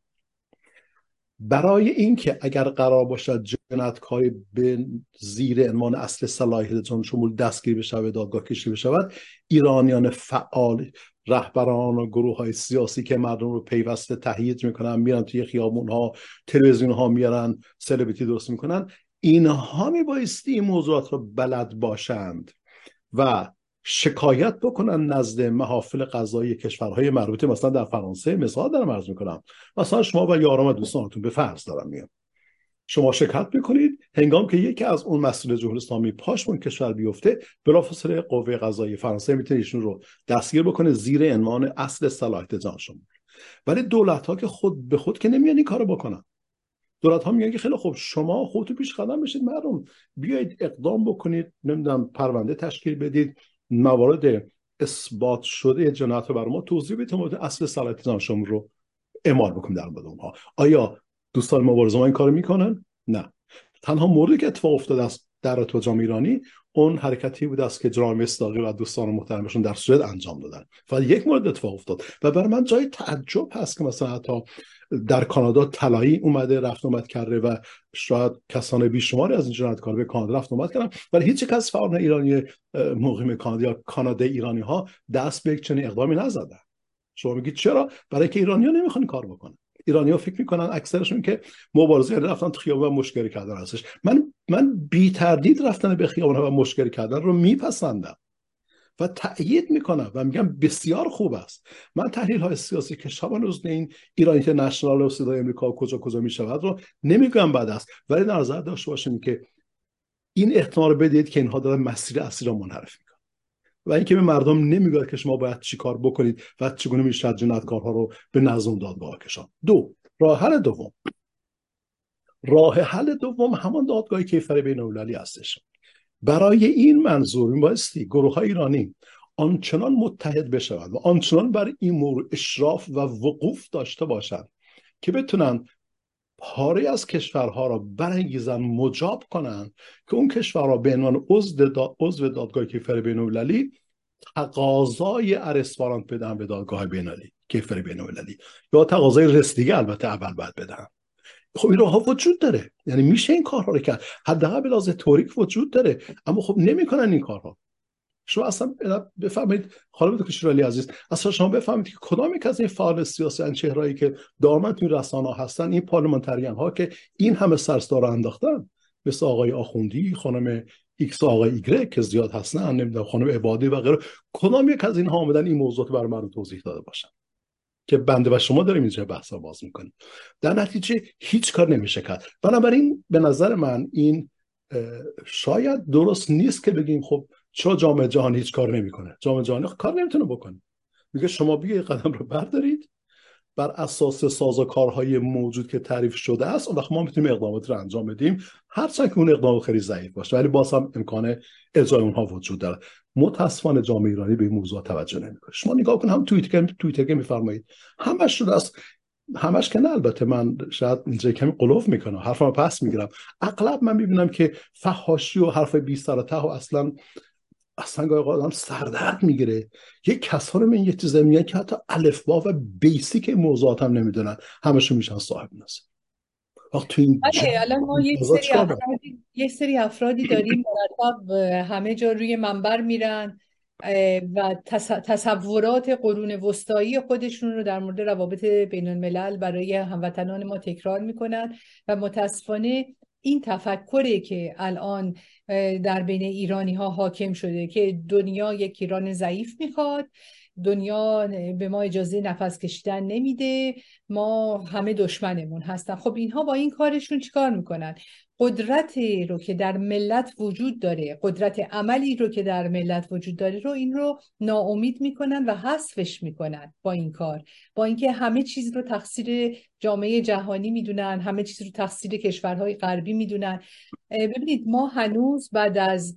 برای اینکه اگر قرار باشد جنایتکاری به زیر عنوان اصل صلاحیت جان شمول دستگیر بشود، دادگاه کشی بشود، ایرانیان فعال، رهبران و گروه های سیاسی که مردم رو پیوسته تهییج میکنن، میرن توی خیابون ها، تلویزیون ها میارن، سلبریتی درست میکنن، اینها میبایستی این موضوعات رو بلد باشند و شکایت بکنن نزد محافل قضایی کشورهای مربوطه. مثلا در فرانسه، مثال دارم عرض میکنم، مثلا شما و یاران و دوستانتون، به فرض دارم میگم، شما شکایت میکنید، هنگام که یکی از اون مسئول جمهوری اسلامی پاش اون کشور بیفته، بلافاصله قوه قضاییه فرانسه میتونه ایشون رو دستگیر بکنه زیر عنوان اصل صلاحیت جان شمول. ولی دولت ها که خود به خود که نمیان این کارو بکنن. دولت ها میگن که خیلی خوب، شما خودتون پیش قدم بشید، مردم بیایید اقدام بکنید، نمیدونم پرونده تشکیل بدید، موارد اثبات شده جنایت رو برای ما توضیح بدید، مورد اصل صلاحیت جان شمول رو اعمال بکنیم در مورد اونها. آیا دوستان مبارزه ما این کارو میکنن؟ نه. تنها موردی که اتفاق افتاده است در ارتباط جامعه ایرانی، اون حرکتی بود است که جناب مصداقی و دوستان محترمشون در سوئد انجام دادن. فقط یک مورد اتفاق افتاد و برای من جای تعجب هست که مثلا حتی در کانادا طلایی اومده رفت اومد کرده و شاید کسان بیشماری از این جنایتکارا به کانادا رفت اومد کردن، ولی هیچ یک از فعالان ایرانی مقیم کانادا یا کانادای ایرانی ها دست به یک چنین اقدامی نزدن. شما میگید چرا؟ برای که ایرانی‌ها نمیخوان کار بکنن. ایرانی‌ها فکر میکنن اکثرشون که مبارزه رفتن تو خیابان و مشکل کردن هستش. من بی تردید رفتن به خیابان و مشکل کردن رو میپسندم و تأیید میکنم و میگم بسیار خوب است. من تحلیل های سیاسی که شبان روز این ایران اینترنشنال و صدای امریکا کجا میشود رو نمیگم بد است، ولی در نظر داشته باشیم که این احتمال رو بدید که اینها دارن مسیر اصلی را منحرف میکنن و اینکه به مردم نمیگه که شما باید چی کار بکنید و چگونه میشه جنایتکارها رو به نظم دادگاه کشان. دو، راه حل دوم همان دادگاه کیفر بین‌المللی هستش. برای این منظور میبایستی گروه های ایرانی آنچنان متحد بشوند و آنچنان بر این امور اشراف و وقوف داشته باشند که بتونن پاره از کشورها را برانگیزن، مجاب کنند که اون کشورها به عنوان عضو دادگاه کیفر بین‌المللی تقاضای ارست وارانت بدن به دادگاه کیفر بین‌المللی، یا تقاضای رسیدگی البته اول باید بدن. خب این راه ها وجود داره، یعنی میشه این کارها رو کرد، حداقل به لحاظ توریک وجود داره، اما خب نمیکنن این کارها. شما اصلا بفهمید خانم دکتر شیرالی عزیز، اصلا شما بفهمید که کدام یک از این فعال سیاسی ان چهرهایی که دائما توی رسانه‌ها هستن، این پارلمانتریان ها که این همه سرسدار انداختن، مثل آقای آخوندی، خانم ایکس، آقای ایگرگ که زیاد هستن، نمیدونم خانم عبادی و غیره، کدام یک از اینها آمدن این موضوعات برای من توضیح داده باشن که بنده و شما داریم اینجا بحثا باز میکنیم؟ در نتیجه هیچ کار نمیشه کرد. بنابراین به نظر من این شاید درست نیست که بگیم خب چرا جامعه جهانی هیچ کار نمیکنه. جامعه جهانی کار نمیتونه بکنه. میگه شما بیا قدم رو بردارید بر اساس سازوکارهای موجود که تعریف شده است، اون وقت ما میتونیم اقدامات رو انجام بدیم، هرچند که اون اقدام خیلی ضعیف باشه، ولی باز هم امکان اجرای اونها وجود داره. متاسفانه جامعه ایرانی به این موضوع توجه نمیکنه. شما نگاه کن، هم توییتر که میفرمایید همش شده است، همش که نه، البته من شاید اینجا کمی قلوف میکنم، حرفمو پس میگیرم، اغلب من میبینم که فحاشی و حرف بی سر و ته و اصلا گاهی آدم سردرد میگیره. یک کسانی من یه چیزی میگن که حتی الفبا و بیسیک موضوعات هم نمیدونن، همشون میشن صاحب نظر. وقت تو این بله، الان ما یک سری افرادی داریم مرتب همه جا روی منبر میرن، و تصورات قرون وسطایی خودشون رو در مورد روابط بین الملل برای هموطنان ما تکرار میکنن و متاسفانه این تفکری که الان در بین ایرانی ها حاکم شده که دنیا یک ایران ضعیف میخواد، دنیا به ما اجازه نفس کشیدن نمیده، ما همه دشمنمون هستن. خب اینها با این کارشون چیکار میکنن؟ قدرتی رو که در ملت وجود داره، قدرت عملی رو که در ملت وجود داره رو این رو ناامید میکنن و حذفش میکنن با این کار، با اینکه همه چیز رو تقصیر جامعه جهانی میدونن، همه چیز رو تقصیر کشورهای غربی میدونن. ببینید ما هنوز بعد از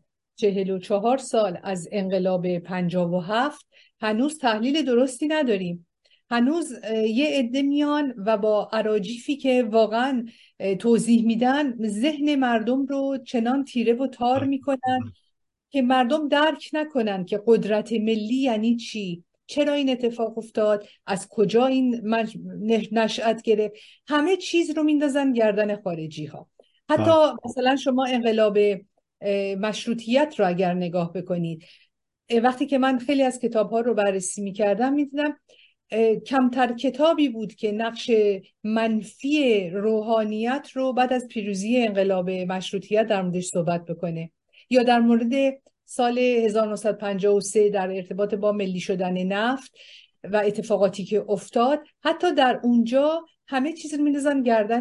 44 سال از انقلاب 57 هنوز تحلیل درستی نداریم. هنوز یه عده میان و با اراجیفی که واقعا توضیح میدن ذهن مردم رو چنان تیره و تار میکنن که مردم درک نکنن که قدرت ملی یعنی چی، چرا این اتفاق افتاد، از کجا این نشأت گرفت. همه چیز رو میندازن گردن خارجی ها. حتی مثلا شما انقلاب مشروطیت رو اگر نگاه بکنید، وقتی که من خیلی از کتاب ها رو بررسی میکردم میدیدم کمتر کتابی بود که نقش منفی روحانیت رو بعد از پیروزی انقلاب مشروطیت در موردش صحبت بکنه، یا در مورد سال 1953 در ارتباط با ملی شدن نفت و اتفاقاتی که افتاد. حتی در اونجا همه چیز رو می‌ندازن گردن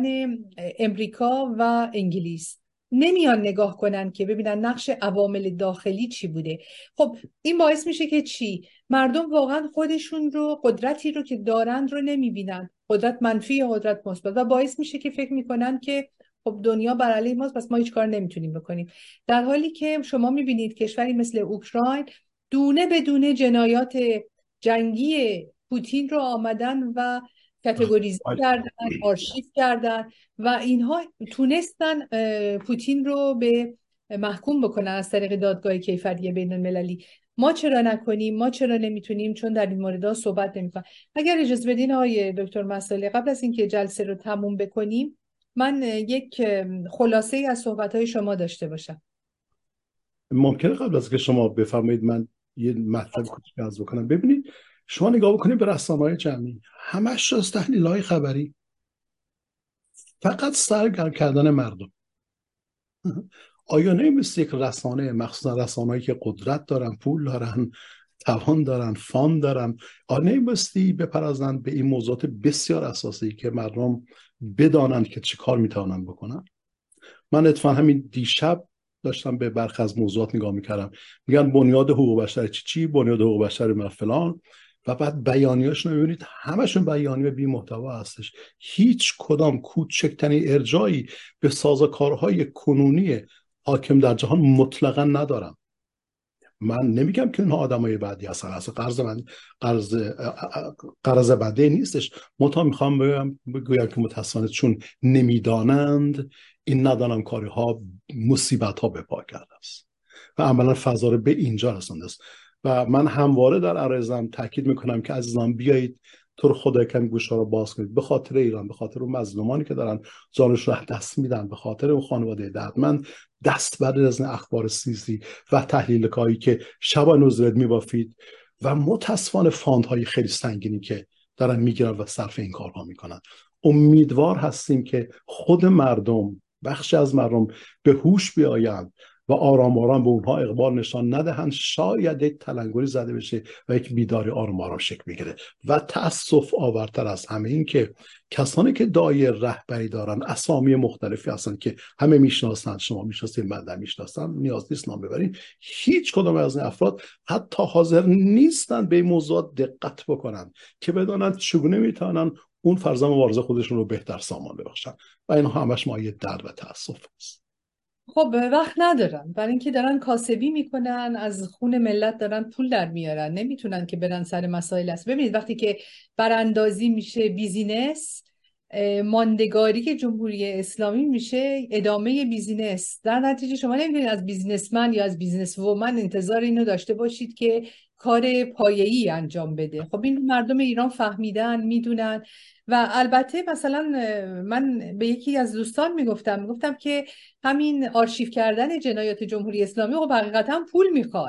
امریکا و انگلیس، نمیان نگاه کنن که ببینن نقش عوامل داخلی چی بوده. خب این باعث میشه که چی؟ مردم واقعا خودشون رو، قدرتی رو که دارند رو نمیبینن، قدرت منفی یا قدرت مثبت، و باعث میشه که فکر میکنن که خب دنیا بر علیه ماست پس ما هیچ کار نمیتونیم بکنیم. در حالی که شما میبینید کشوری مثل اوکراین دونه به دونه جنایات جنگی پوتین رو آمدن و کاتگوریزه کردن، آرشیو کردن و اینها تونستن پوتین رو به محکوم بکنن از طریق دادگاه کیفری بین المللی. ما چرا نکنیم؟ ما چرا نمیتونیم؟ چون در این موردها صحبت نمیکنن. اگر اجازه بدین آقای دکتر مسئله، قبل از اینکه جلسه رو تموم بکنیم من یک خلاصه از صحبت‌های شما داشته باشم. ممکنه قبل از که شما بفرمایید من یه مطلب کوچیک عرض بکنم. ببینید شما نگاه بکنید به رسانه‌های جمعی، همش از تحلیل‌های خبری، فقط سرگرم کردن مردم. آیا نمی‌بایست یک رسانه، مخصوصا رسانه‌ای که قدرت دارن، پول دارن، توان دارن، فاند دارن، آیا نمی‌بایستی بپردازن به این موضوعات بسیار اساسی که مردم بدانند که چه کار میتونن بکنن؟ من اتفاقا همین دیشب داشتم به برخی از موضوعات نگاه میکردم، میگن بنیاد حقوق بشر چی بنیاد حقوق بشر من فلان، و بعد بیانیه‌اش رو میبینید همشون بیانیه بی محتوا هستش، هیچ کدام کوچکترین ارجایی به سازوکارهای کنونی حاکم در جهان مطلقا ندارم. من نمیگم که اینها آدمای بعدی هستن، اصلا قرض بده نیستش. میخوام بگویم که متاسفانه چون نمیدانند، این ندانم کاری ها مصیبت ها به پا کرده است و عملا فضا رو به اینجا رسانده است. و من همواره در عرضم تاکید میکنم که عزیزان بیایید تو رو خدا کمی گوشا رو باز کنید، به خاطر ایران، به خاطر اون مظلومانی که دارن جانش رو دست میدن، به خاطر اون خانواده دردمند، دست بر از اخبار سیاسی و تحلیل کاری که شبانه روز میبافید و متاسفانه فاندهای خیلی سنگینی که دارن میگیرن و صرف این کارها میکنن. امیدوار هستیم که خود مردم، بخش از مردم به هوش بیایند و آرام آرام به اونها اقبال نشان ندهند، شاید یک تلنگری زده بشه و یک بیداری آرام آرام شکل بگیره. و تأسف آورتر از همه این که کسانی که دایره رهبری دارن اسامی مختلفی هستن که همه میشناسن، شما میشناسید، من میشناسم، نیاز نیست نام ببرین، هیچ کدام از این افراد حتی حاضر نیستن به این موضوعات دقت بکنن که بدانند چگونه میتونن اون فرزند مبارزه خودشون رو بهتر سامان ببخشن، و این همش مایه درد و تأسف است. خب وقت ندارن، برای اینکه دارن کاسبی میکنن، از خون ملت دارن پول در میارن، نمیتونن که برن سر مسائل است. ببینید وقتی که براندازی میشه بیزینس، ماندگاری جمهوری اسلامی میشه ادامه بیزینس. در نتیجه شما نمیتونید از بیزینسمن یا از بیزینس وومن انتظار اینو داشته باشید که کار پایه‌ای انجام بده. خب این مردم ایران فهمیدن، میدونن. و البته مثلا من به یکی از دوستان میگفتم که همین آرشیو کردن جنایات جمهوری اسلامی خب حقیقتا پول میخواد.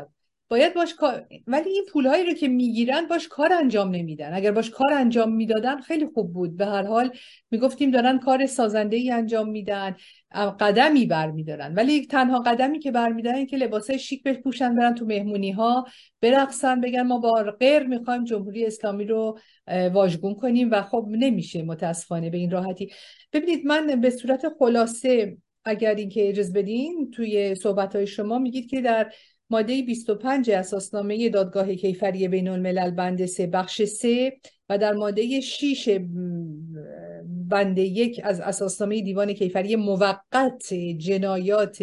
باید باش کار، ولی این پولهایی رو که میگیرن باش کار انجام نمیدن. اگر باش کار انجام میدادن خیلی خوب بود. به هر حال میگفتیم دارن کار سازنده ای انجام میدن، قدمی برمیدارن، ولی تنها قدمی که برمیدارن این که لباسای شیک بپوشن، برن تو مهمونی ها برقصن، بگن ما با غیر میخوایم جمهوری اسلامی رو واژگون کنیم، و خب نمیشه متاسفانه به این راحتی. ببینید، من به صورت خلاصه اگر اینکه اجازه بدین، توی صحبت‌های شما میگید که در ماده 25 اساسنامه دادگاه کیفری بین الملل بند 3 بخش 3 و در ماده 6 بند 1 از اساسنامه دیوان کیفری موقت جنایات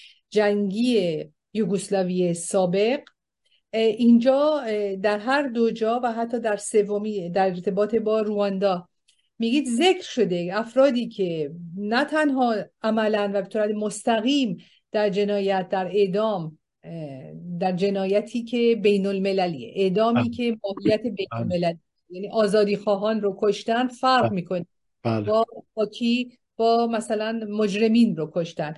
جنگی یوگسلاوی سابق، اینجا در هر دو جا و حتی در سومی در ارتباط با رواندا میگید ذکر شده افرادی که نه تنها عملا و به طور مستقیم در جنایت، در اعدام، در جنایتی که بین المللیه، اعدامی که ماهیت بین المللی، یعنی آزادی خواهان رو کشتن، فرق میکنه با کی؟ با مثلا مجرمین رو کشتن،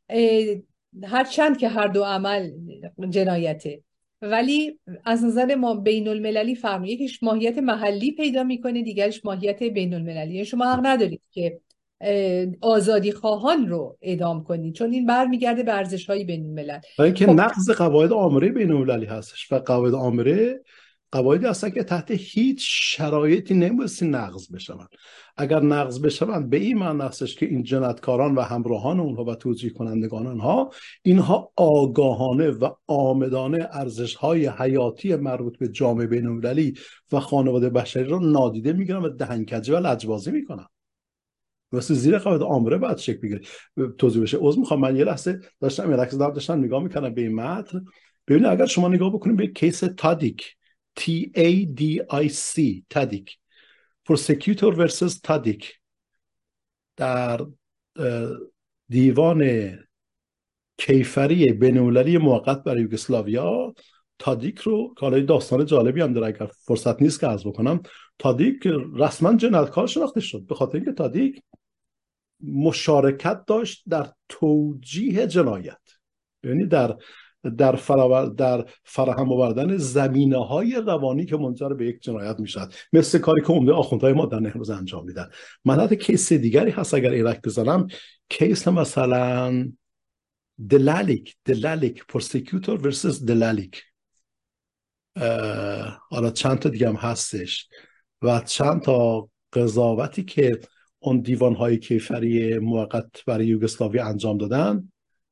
هرچند که هر دو عمل جنایته، ولی از نظر ما بین المللی فرق، یکیش ماهیت محلی پیدا میکنه، دیگرش ماهیت بین المللی. یعنی شما حق ندارید که آزادی خواهان رو اعدام کنید، چون این برمیگرده به ارزش‌های بین الملل. برای اینکه نقض قواعد آمره بین المللی هستش و قواعد آمره قواعدی هستن که تحت هیچ شرایطی نمی‌بایستی نقض بشوند. اگر نقض بشوند به این معنی هستش که این جنایتکاران و همراهان اونها و توجیه کنندگان آنها، اینها آگاهانه و عامدانه ارزش‌های حیاتی مربوط به جامعه بین المللی و خانواده بشری رو نادیده میگیرن و دهنکجی و لجبازی میکنن. واسه زیر قواعد آمره باید شکل بگیره، توضیح بشه. عذر میخوام، من یه لحظه داشتم نگاه میکنم به این متن. ببینید اگر شما نگاه بکنید به کیس تادیک، TADIC، تادیک، پروسیکیوتور ورسس تادیک، در دیوان کیفری بین‌المللی موقت برای یوگسلاویا، تادیک رو، که داستان جالبی هم داره اگر فرصت نیست که عرض بکنم، تادیک رسما جنایتکار شناخته شد به خاطر اینکه تادیک مشارکت داشت در توجیه جنایت، یعنی در فراهم آوردن زمینه‌های روانی که منجر به یک جنایت میشد، مثل کاری که عمده آخوندهای ما در امروز انجام میدن. من حتی کیس دیگری هست اگر ایرک بزنم، کیس مثلا دلالیک پروسیکیوتور ورسس دلالیک، حالا چند تا دیگه هم هستش و چند تا قضاوتی که اون دیوان‌های کیفری موقت برای یوگسلاوی انجام دادن،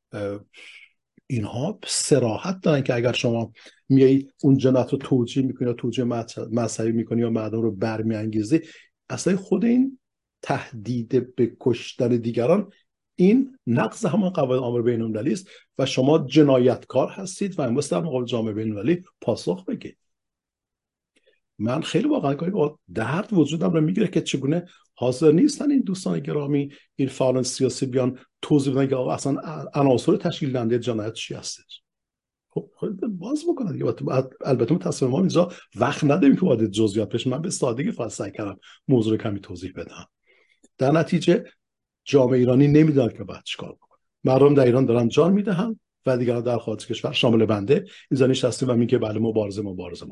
اینها صراحت دارن که اگر شما میای اون جنایت رو توجیه میکنی یا توجیه مذهبی میکنی یا مردم رو برمیانگیزی، اصلا خود این تهدید به کشتن دیگران این نقض همون قواعد آمر بین المللی است و شما جنایتکار هستید و امروز در مقابل جامعه بین المللی پاسخ بگید. من خیلی واقعا با درد وجودم رو میگیره که چگونه حاضر نیستن این دوستان گرامی، این فعالان سیاسی بیان توضیح بدن که اصلا عناصر تشکیل دهنده جنایت چی هستش. خب باز بکنن دیگه. البته متأسفانه ما اینجا وقت نداریم که وارد جزئیات بشیم. من به سادگی فقط سعی کردم موضوع رو کمی توضیح بدم. در نتیجه جامعه ایرانی نمیدونه که باید چیکار بکنه. مردم در ایران دارن جان میدهن و دیگران در خارج کشور شامل بنده اینجا نشستیم و میگه بله مبارزه.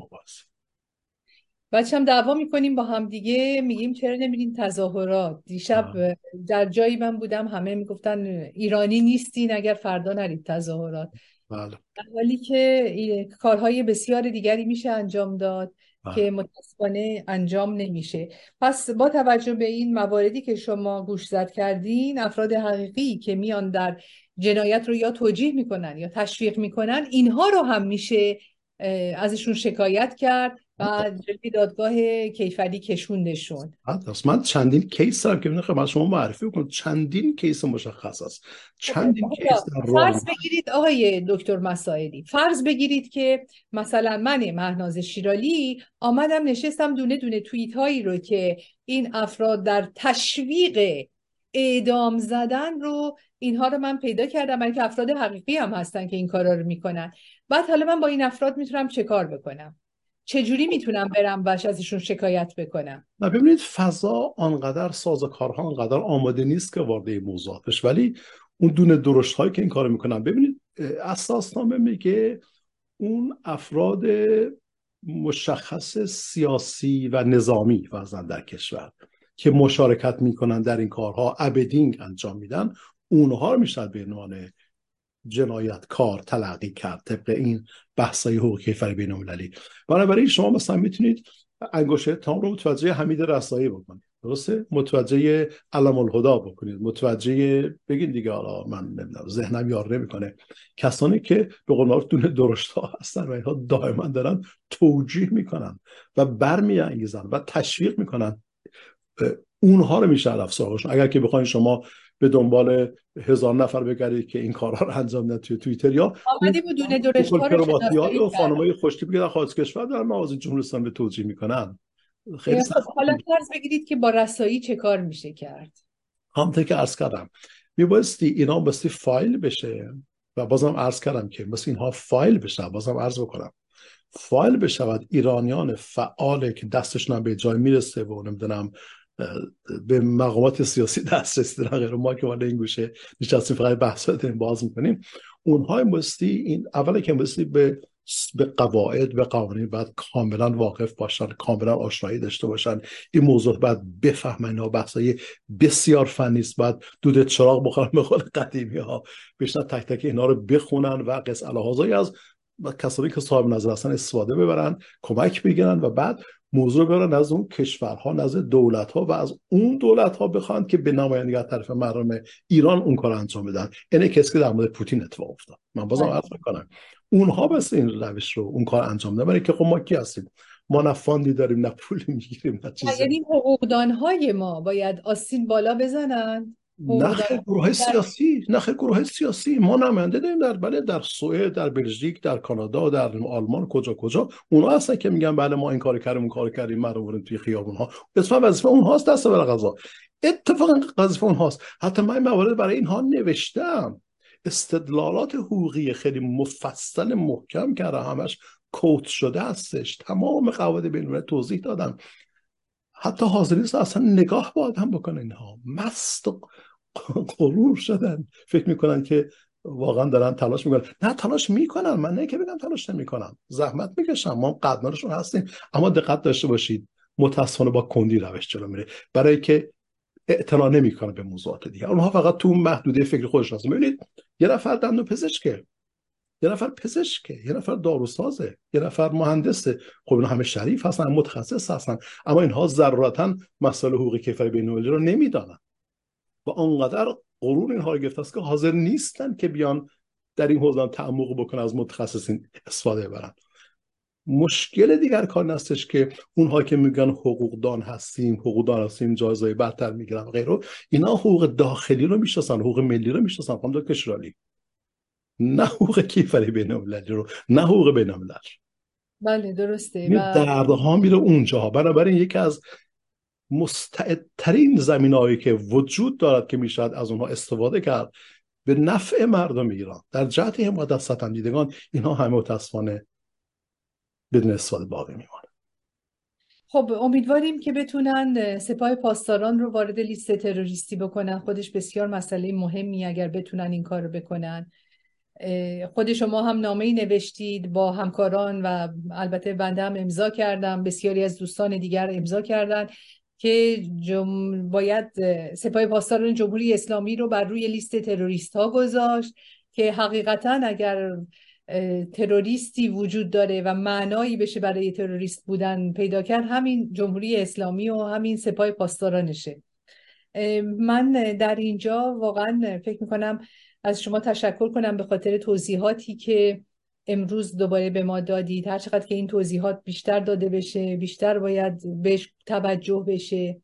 بچه هم دعوا میکنیم با هم دیگه، میگیم چرا نمیرین تظاهرات. دیشب در جایی من بودم همه میگفتن ایرانی نیستین اگر فردا نرید تظاهرات. بله. ولی که کارهای بسیار دیگری میشه انجام داد که متاسفانه انجام نمیشه. پس با توجه به این مواردی که شما گوشزد کردین، افراد حقیقی که میان در جنایت رو یا توجیه میکنن یا تشویق میکنن، اینها رو هم میشه ازشون شکایت کرد و جلوی دادگاه کیفری کشوندشون. من چندین کیس دارم که من شما معرفی کنم. چندین کیس مشخص است. چندین کیس فرض بگیرید آقای دکتر مسائلی، فرض بگیرید که مثلا من مهناز شیرالی آمدم نشستم دونه دونه توییت هایی رو که این افراد در تشویق اعدام زدن رو، اینها رو من پیدا کردم، برای که افراد حقیقی هم هستن که این کارا رو میکنن. بعد حالا من با این افراد میتونم چه کار بکنم؟ چجوری میتونم برم و ازشون شکایت بکنم؟ نه ببینید، فضا آنقدر سازوکارها آنقدر آماده نیست که وارد این موضوع بشه، ولی اون دونه درشت هایی که این کارو میکنن، ببینید اساسنامه میگه اون افراد مشخص سیاسی و نظامی فرضاً در کشور که مشارکت میکنن در این کارها، ابدینگ انجام میدن، اونها رو میشن به عنوان جنایتکار تلقی کرد طبق این بحث‌های حقوق کیفر بین‌المللی. بنابراین شما مثلا میتونید انگشت اتهام رو متوجه حمید رضایی بکنید، درسته؟ متوجه علم الهدا بکنید، متوجه بگین دیگه، حالا من نمیدونم ذهنم یار نمیکنه، کسانی که به قول معروف دونه درشت‌ها هستن و اینها دائما دارن توجیه میکنن و برمیانگیزن و تشویق میکنن، اونها رو میشه رفت سراغشون. اگر که بخواید شما به دنبال 1000 نفر بگردید که این کارها رو انجام میدن توی توییتر، یا آمدیم و دونه درشت‌ها رو کرواتی و شناسایی کردن. خانمای خوشتیپی که در خارج کشور دارن مغازه جمهوری اسلامی توجیه میکنن، خیلی خب سخت. حالا فرض بگیرید که با رسایی چه کار میشه کرد؟ همونطور که عرض کردم میبایستی اینا بایستی فایل بشه، و بازم عرض کردم که مثل اینها فایل بشه، بازم عرض بکنم فایل بشود. ایرانیان فعاله که دستشون به جای میرسه و نمیدونم به مقامات سیاسی دسترسی دارن، غیر ما که ولی این گوشه نشستیم فقط بحثا داریم باز میکنیم، اونها بایستی این اولا که بایستی به قواعد و قوانین باید کاملا واقف باشن، کاملا آشنایی داشته باشن، این موضوع باید بفهمن. اینا بحثای بسیار فنی است، باید دود چراغ بخورن به قول قدیمی ها، بشن تک تک اینا رو بخونن و قص الهازایی از کسانی که صاحب نظر هستن استفاده ببرن، کمک بگیرن و بعد موضوع برن از اون کشورها، نزد دولت‌ها و از اون دولت‌ها بخوان که به نمایندگی از طرف مردم ایران اون کار انجام بدن. اینه کسی که در مورد پوتین اتفاق افتاد. من بازم عرض می‌کنم اونها بس این روش رو اون کار انجام بدن، برای که خب ما کی هستیم؟ ما نه فاندی داریم، نه پولی میگیریم، نه چیزی. یعنی حقوقدان‌های ما باید آستین بالا بزنن. نخ گروه سیاسی، نخ گروه سیاسی. ما نماینده داریم در بله در سوئد، در بلژیک، در کانادا، در آلمان، کجا کجا اونا هستن که میگن بله ما این کار کردیم اون کار کردیم، ما رو توی خیابون ها. اسم وظیفه اونهاست دست بر قضا. اتفاقا وظیفه اونهاست. حتی من موارد برای اینها نوشتم، استدلالات حقوقی خیلی مفصل محکم کردم، همش کوت شده هستش، تمام قواعد بین‌المللی توضیح دادم. حتی حاضرین اصلا نگاه با آدم بکنن، اینها مست و غرور شدن، فکر میکنن که واقعا دارن تلاش میکنن. نه تلاش میکنن، من نه که بگم تلاش نمیکنن، زحمت میکشن، ما قدردانشون هستیم، اما دقت داشته باشید متاسفانه با کندی روش جلو میره، برای که اعتنا نمیکنه به موضوعات دیگه. اونها فقط تو محدوده فکر خودشون هستن. ببینید یه نفر دندون پزشکه، یه نفر پزشکه، یه نفر داروسازه، یه نفر مهندسه، خب اینا همه شریف هستن، متخصص هستن، اما اینها ضرورتا مسائل حقوقی کیفر بین‌المللی رو نمیدانن و آنقدر غرور اینها رو گرفته است که حاضر نیستن که بیان در این حوزه تعمق بکنن، از متخصصین استفاده ببرن. مشکل دیگر کار هستش که اونها که میگن حقوقدان هستیم جایزه برتر میگیرن و غیره، اینا حقوق داخلی رو میشناسن، حقوق ملی رو میشناسن، خانم دکتر کشرالی، نه حقوق کیفری بین‌المللی رو، نه حقوق بین‌الملل. بله درسته. این دردها میره اونجاها. بنابراین یکی از مستعدترین زمینه‌هایی که وجود دارد که میشود از اونها استفاده کرد به نفع مردم ایران در جهت حمایت از ستمدیدگان، اینها همه متاسفانه بدون استفاده باقی میمانه. خب امیدواریم که بتونن سپاه پاسداران رو وارد لیست تروریستی بکنن. خودش بسیار مسئله مهمی اگر بتونن این کار رو بکنن. خود شما هم نامه‌ای نوشتید با همکاران و البته بنده هم امضا کردم، بسیاری از دوستان دیگر امضا کردن که باید سپاه پاسداران جمهوری اسلامی رو بر روی لیست تروریست ها گذاشت، که حقیقتا اگر تروریستی وجود داره و معنایی بشه برای تروریست بودن پیدا کرد، همین جمهوری اسلامی و همین سپاه پاسدارانشه. من در اینجا واقعا فکر میکنم از شما تشکر کنم به خاطر توضیحاتی که امروز دوباره به ما دادید. هر چقدر که این توضیحات بیشتر داده بشه، بیشتر باید بهش توجه بشه.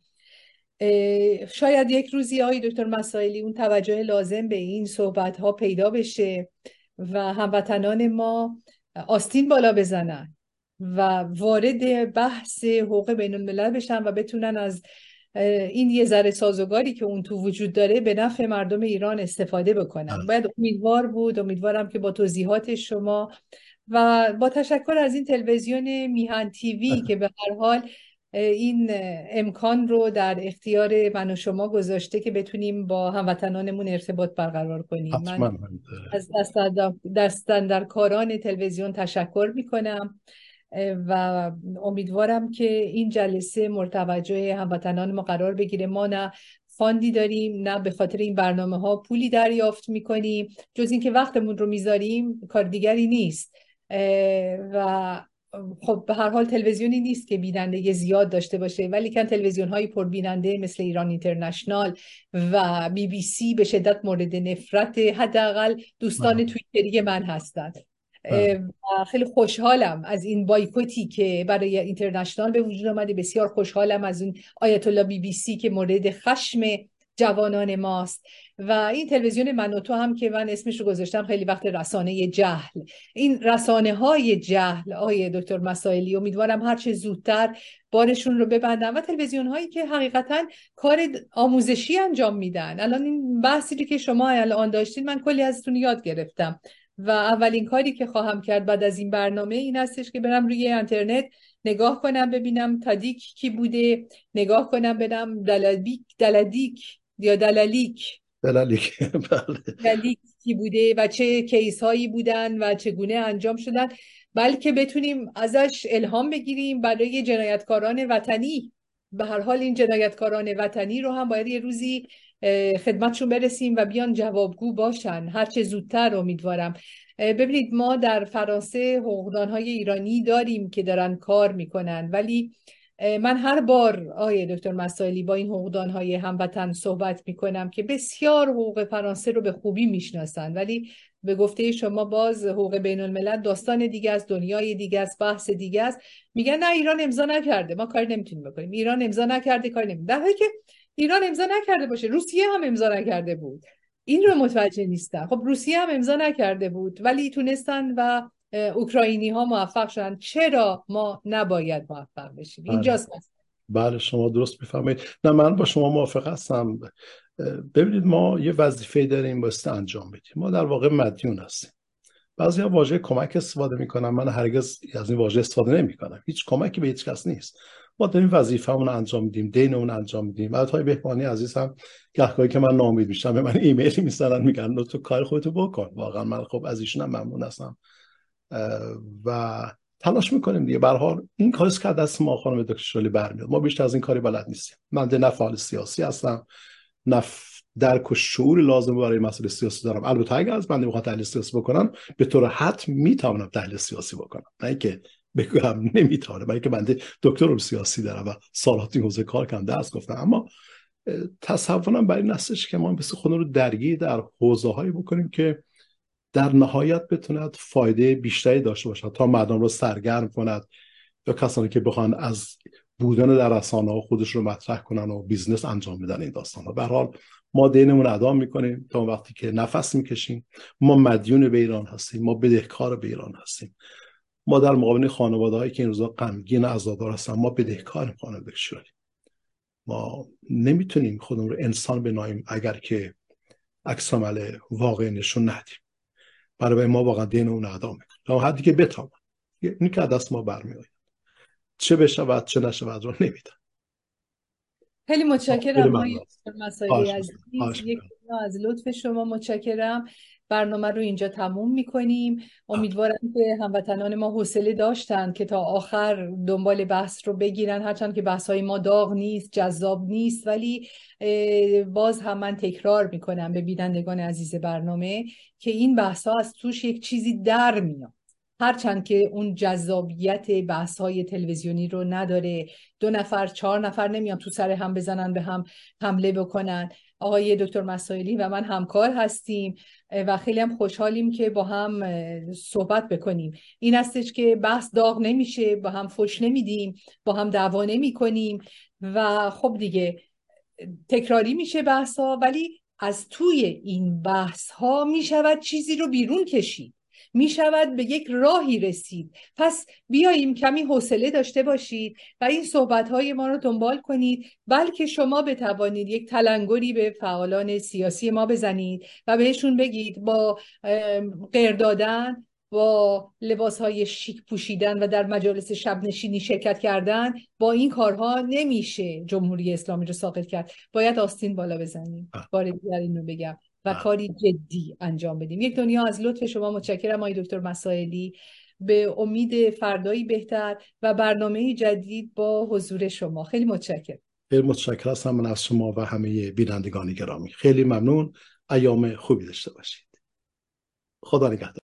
شاید یک روزی آقای دکتر مسائلی اون توجه لازم به این صحبت ها پیدا بشه و هموطنان ما آستین بالا بزنن و وارد بحث حقوق بین الملل بشن و بتونن از این یه ذره سازوکاری که اون تو وجود داره به نفع مردم ایران استفاده بکنن. باید امیدوارم که با توضیحات شما و با تشکر از این تلویزیون میهن تیوی که به هر حال این امکان رو در اختیار من و شما گذاشته که بتونیم با هموطنانمون ارتباط برقرار کنیم. من حتما. از دستاندرکاران تلویزیون تشکر میکنم و امیدوارم که این جلسه مرتوجه هموطنان ما قرار بگیره. ما نه فاندی داریم، نه به خاطر این برنامه ها پولی دریافت میکنیم، جز اینکه وقتمون رو میذاریم، کار دیگری نیست. و خب به هر حال تلویزیونی نیست که بیننده زیاد داشته باشه، ولی کن تلویزیون های پربیننده مثل ایران اینترنشنال و بی بی سی به شدت مورد نفرت حداقل دوستان توییتری من هستند. و خیلی خوشحالم از این بایکوتی که برای اینترنشنال به وجود آمده. بسیار خوشحالم از اون آیت الله بی بی سی که مورد خشم جوانان ماست. و این تلویزیون من و تو هم که من اسمش رو گذاشتم خیلی وقت رسانه جهل. این رسانه های جهل آقای دکتر مسائلی امیدوارم هرچه زودتر بارشون رو ببندن و تلویزیون هایی که حقیقتا کار آموزشی انجام میدن. الان این بحثی که شما الان داشتید من کلی ازتون یاد گرفتم و اولین کاری که خواهم کرد بعد از این برنامه این هستش که برم روی اینترنت نگاه کنم ببینم تادیک کی بوده، نگاه کنم ببینم دلدیک یا دلالیک بله. کی بوده و چه کیس هایی بودن و چگونه انجام شدن، بلکه بتونیم ازش الهام بگیریم برای جنایتکاران وطنی. به هر حال این جنایتکاران وطنی رو هم باید یه روزی خدمتشون برسیم و بیان جوابگو باشن هرچه زودتر. امیدوارم. ببینید ما در فرانسه حقوقدانهای ایرانی داریم که دارن کار میکنن، ولی من هر بار آقای دکتر مسائلی با این حقوقدانهای هموطن صحبت میکنم که بسیار حقوق فرانسه رو به خوبی میشناسن، ولی به گفته شما باز حقوق بین الملل داستان دیگه است، دنیای دیگه است، بحث دیگه است. میگن نه ایران امضا نکرده، ما کاری نمیتونیم بکنیم. ایران امضا نکرده، کاری نمیتونیم. در حالی که ایران امضا نکرده باشه، روسیه هم امضا نکرده بود. این رو متوجه نیستن. خب روسیه هم امضا نکرده بود ولی تونستن و اوکراینی ها موفق شدن. چرا ما نباید موفق بشیم؟ اینجاست. بله شما درست میفهمید. نه من با شما موافق هستم. ببینید ما یه وظیفه داریم بایستی انجام بدیم. ما در واقع مدیون هستیم. بعضیا واژه کمک استفاده میکنن، من هرگز از این واژه استفاده نمیکنم. هیچ کمکی به هیچ کس نیست. ما داریم وظیفه‌مون انجام میدیم، دینمون انجام میدیم. البته بهبانی عزیزم گهگاهی که من ناامید میشم به من ایمیلی میزنن میگن تو کار خودتو بکن. واقعا من خب از ایشون ممنون هستم و تلاش میکنیم دیگه. به هر حال این کاری که دست ما خانم دکتر شالی برمیاد. ما بیشتر از این کاری بلد نیستیم. من نه فعال سیاسی هستم، نه درک و شعور لازم برای مسئله سیاسی دارم. البته اگر از بنده بخوام تحلیل سیاسی بکنم به طور حتم میتونم تحلیل سیاسی بکنم، نه اینکه بگم نمیتونم، بلکه بنده دکترم سیاسی دارم و سالات این حوزه کار کردم، درس گفتم. اما تصورم برای این هستش که ما بس خودمون رو درگیر در حوزه‌هایی بکنیم که در نهایت بتوند فایده بیشتری داشته باشد تا مردم رو سرگرم کند یا کسانی که بخوان از بودن در رسانه‌ها خودش رو مطرح کنن و بیزنس انجام بدن این داستان‌ها. به هر حال ما دینمون ادا میکنیم تا وقتی که نفس میکشیم. ما مدیون به ایران هستیم، ما بدهکار به ایران هستیم. ما در مقابل خانواده‌هایی که این روزا غمگین عزادار هستن ما بدهکاریم. خانواده شدیم. ما نمیتونیم خودمون رو انسان بنامیم اگر که عکس عمل واقعی نشون ندیم. برای ما واقعا دینمون ادا میکنیم تا حدی که بتوان. این که دست ما برمیاد، چه بشود چه نشود رو نمیدن. خیلی متشکرم آقای مسائلی عزیز. یک از لطف شما متشکرم. برنامه رو اینجا تموم میکنیم. امیدوارم که هموطنان ما حوصله داشتن که تا آخر دنبال بحث رو بگیرن، هرچند که بحث های ما داغ نیست، جذاب نیست، ولی باز هم من تکرار میکنم به بینندگان عزیز برنامه که این بحث ها از توش یک چیزی در میاد، هرچند که اون جذابیت بحث‌های تلویزیونی رو نداره. 2 نفر 4 نفر نمیان تو سر هم بزنن، به هم حمله بکنن. آقای دکتر مسائلی و من همکار هستیم و خیلی هم خوشحالیم که با هم صحبت بکنیم. این هستش که بحث داغ نمیشه، با هم فحش نمیدیم، با هم دعوا نمی‌کنیم و خب دیگه تکراری میشه بحث‌ها، ولی از توی این بحث‌ها میشود چیزی رو بیرون کشید، می شود به یک راهی رسید. پس بیاییم کمی حوصله داشته باشید و این صحبت‌های ما رو دنبال کنید، بلکه شما بتوانید یک تلنگری به فعالان سیاسی ما بزنید و بهشون بگید با غیر دادن با لباسهای شیک پوشیدن و در مجالس شب نشینی شرکت کردن، با این کارها نمیشه جمهوری اسلامی رو ساقط کرد. باید آستین بالا بزنیم. بار دیگر این رو بگم و کاری جدی انجام بدیم. یک دنیا از لطف شما متشکرم آقای دکتر مسائلی. به امید فردایی بهتر و برنامه جدید با حضور شما. خیلی متشکرم. خیلی متشکرم هستم من از شما و همه بینندگان گرامی. خیلی ممنون. ایام خوبی داشته باشید. خدا نگهدار.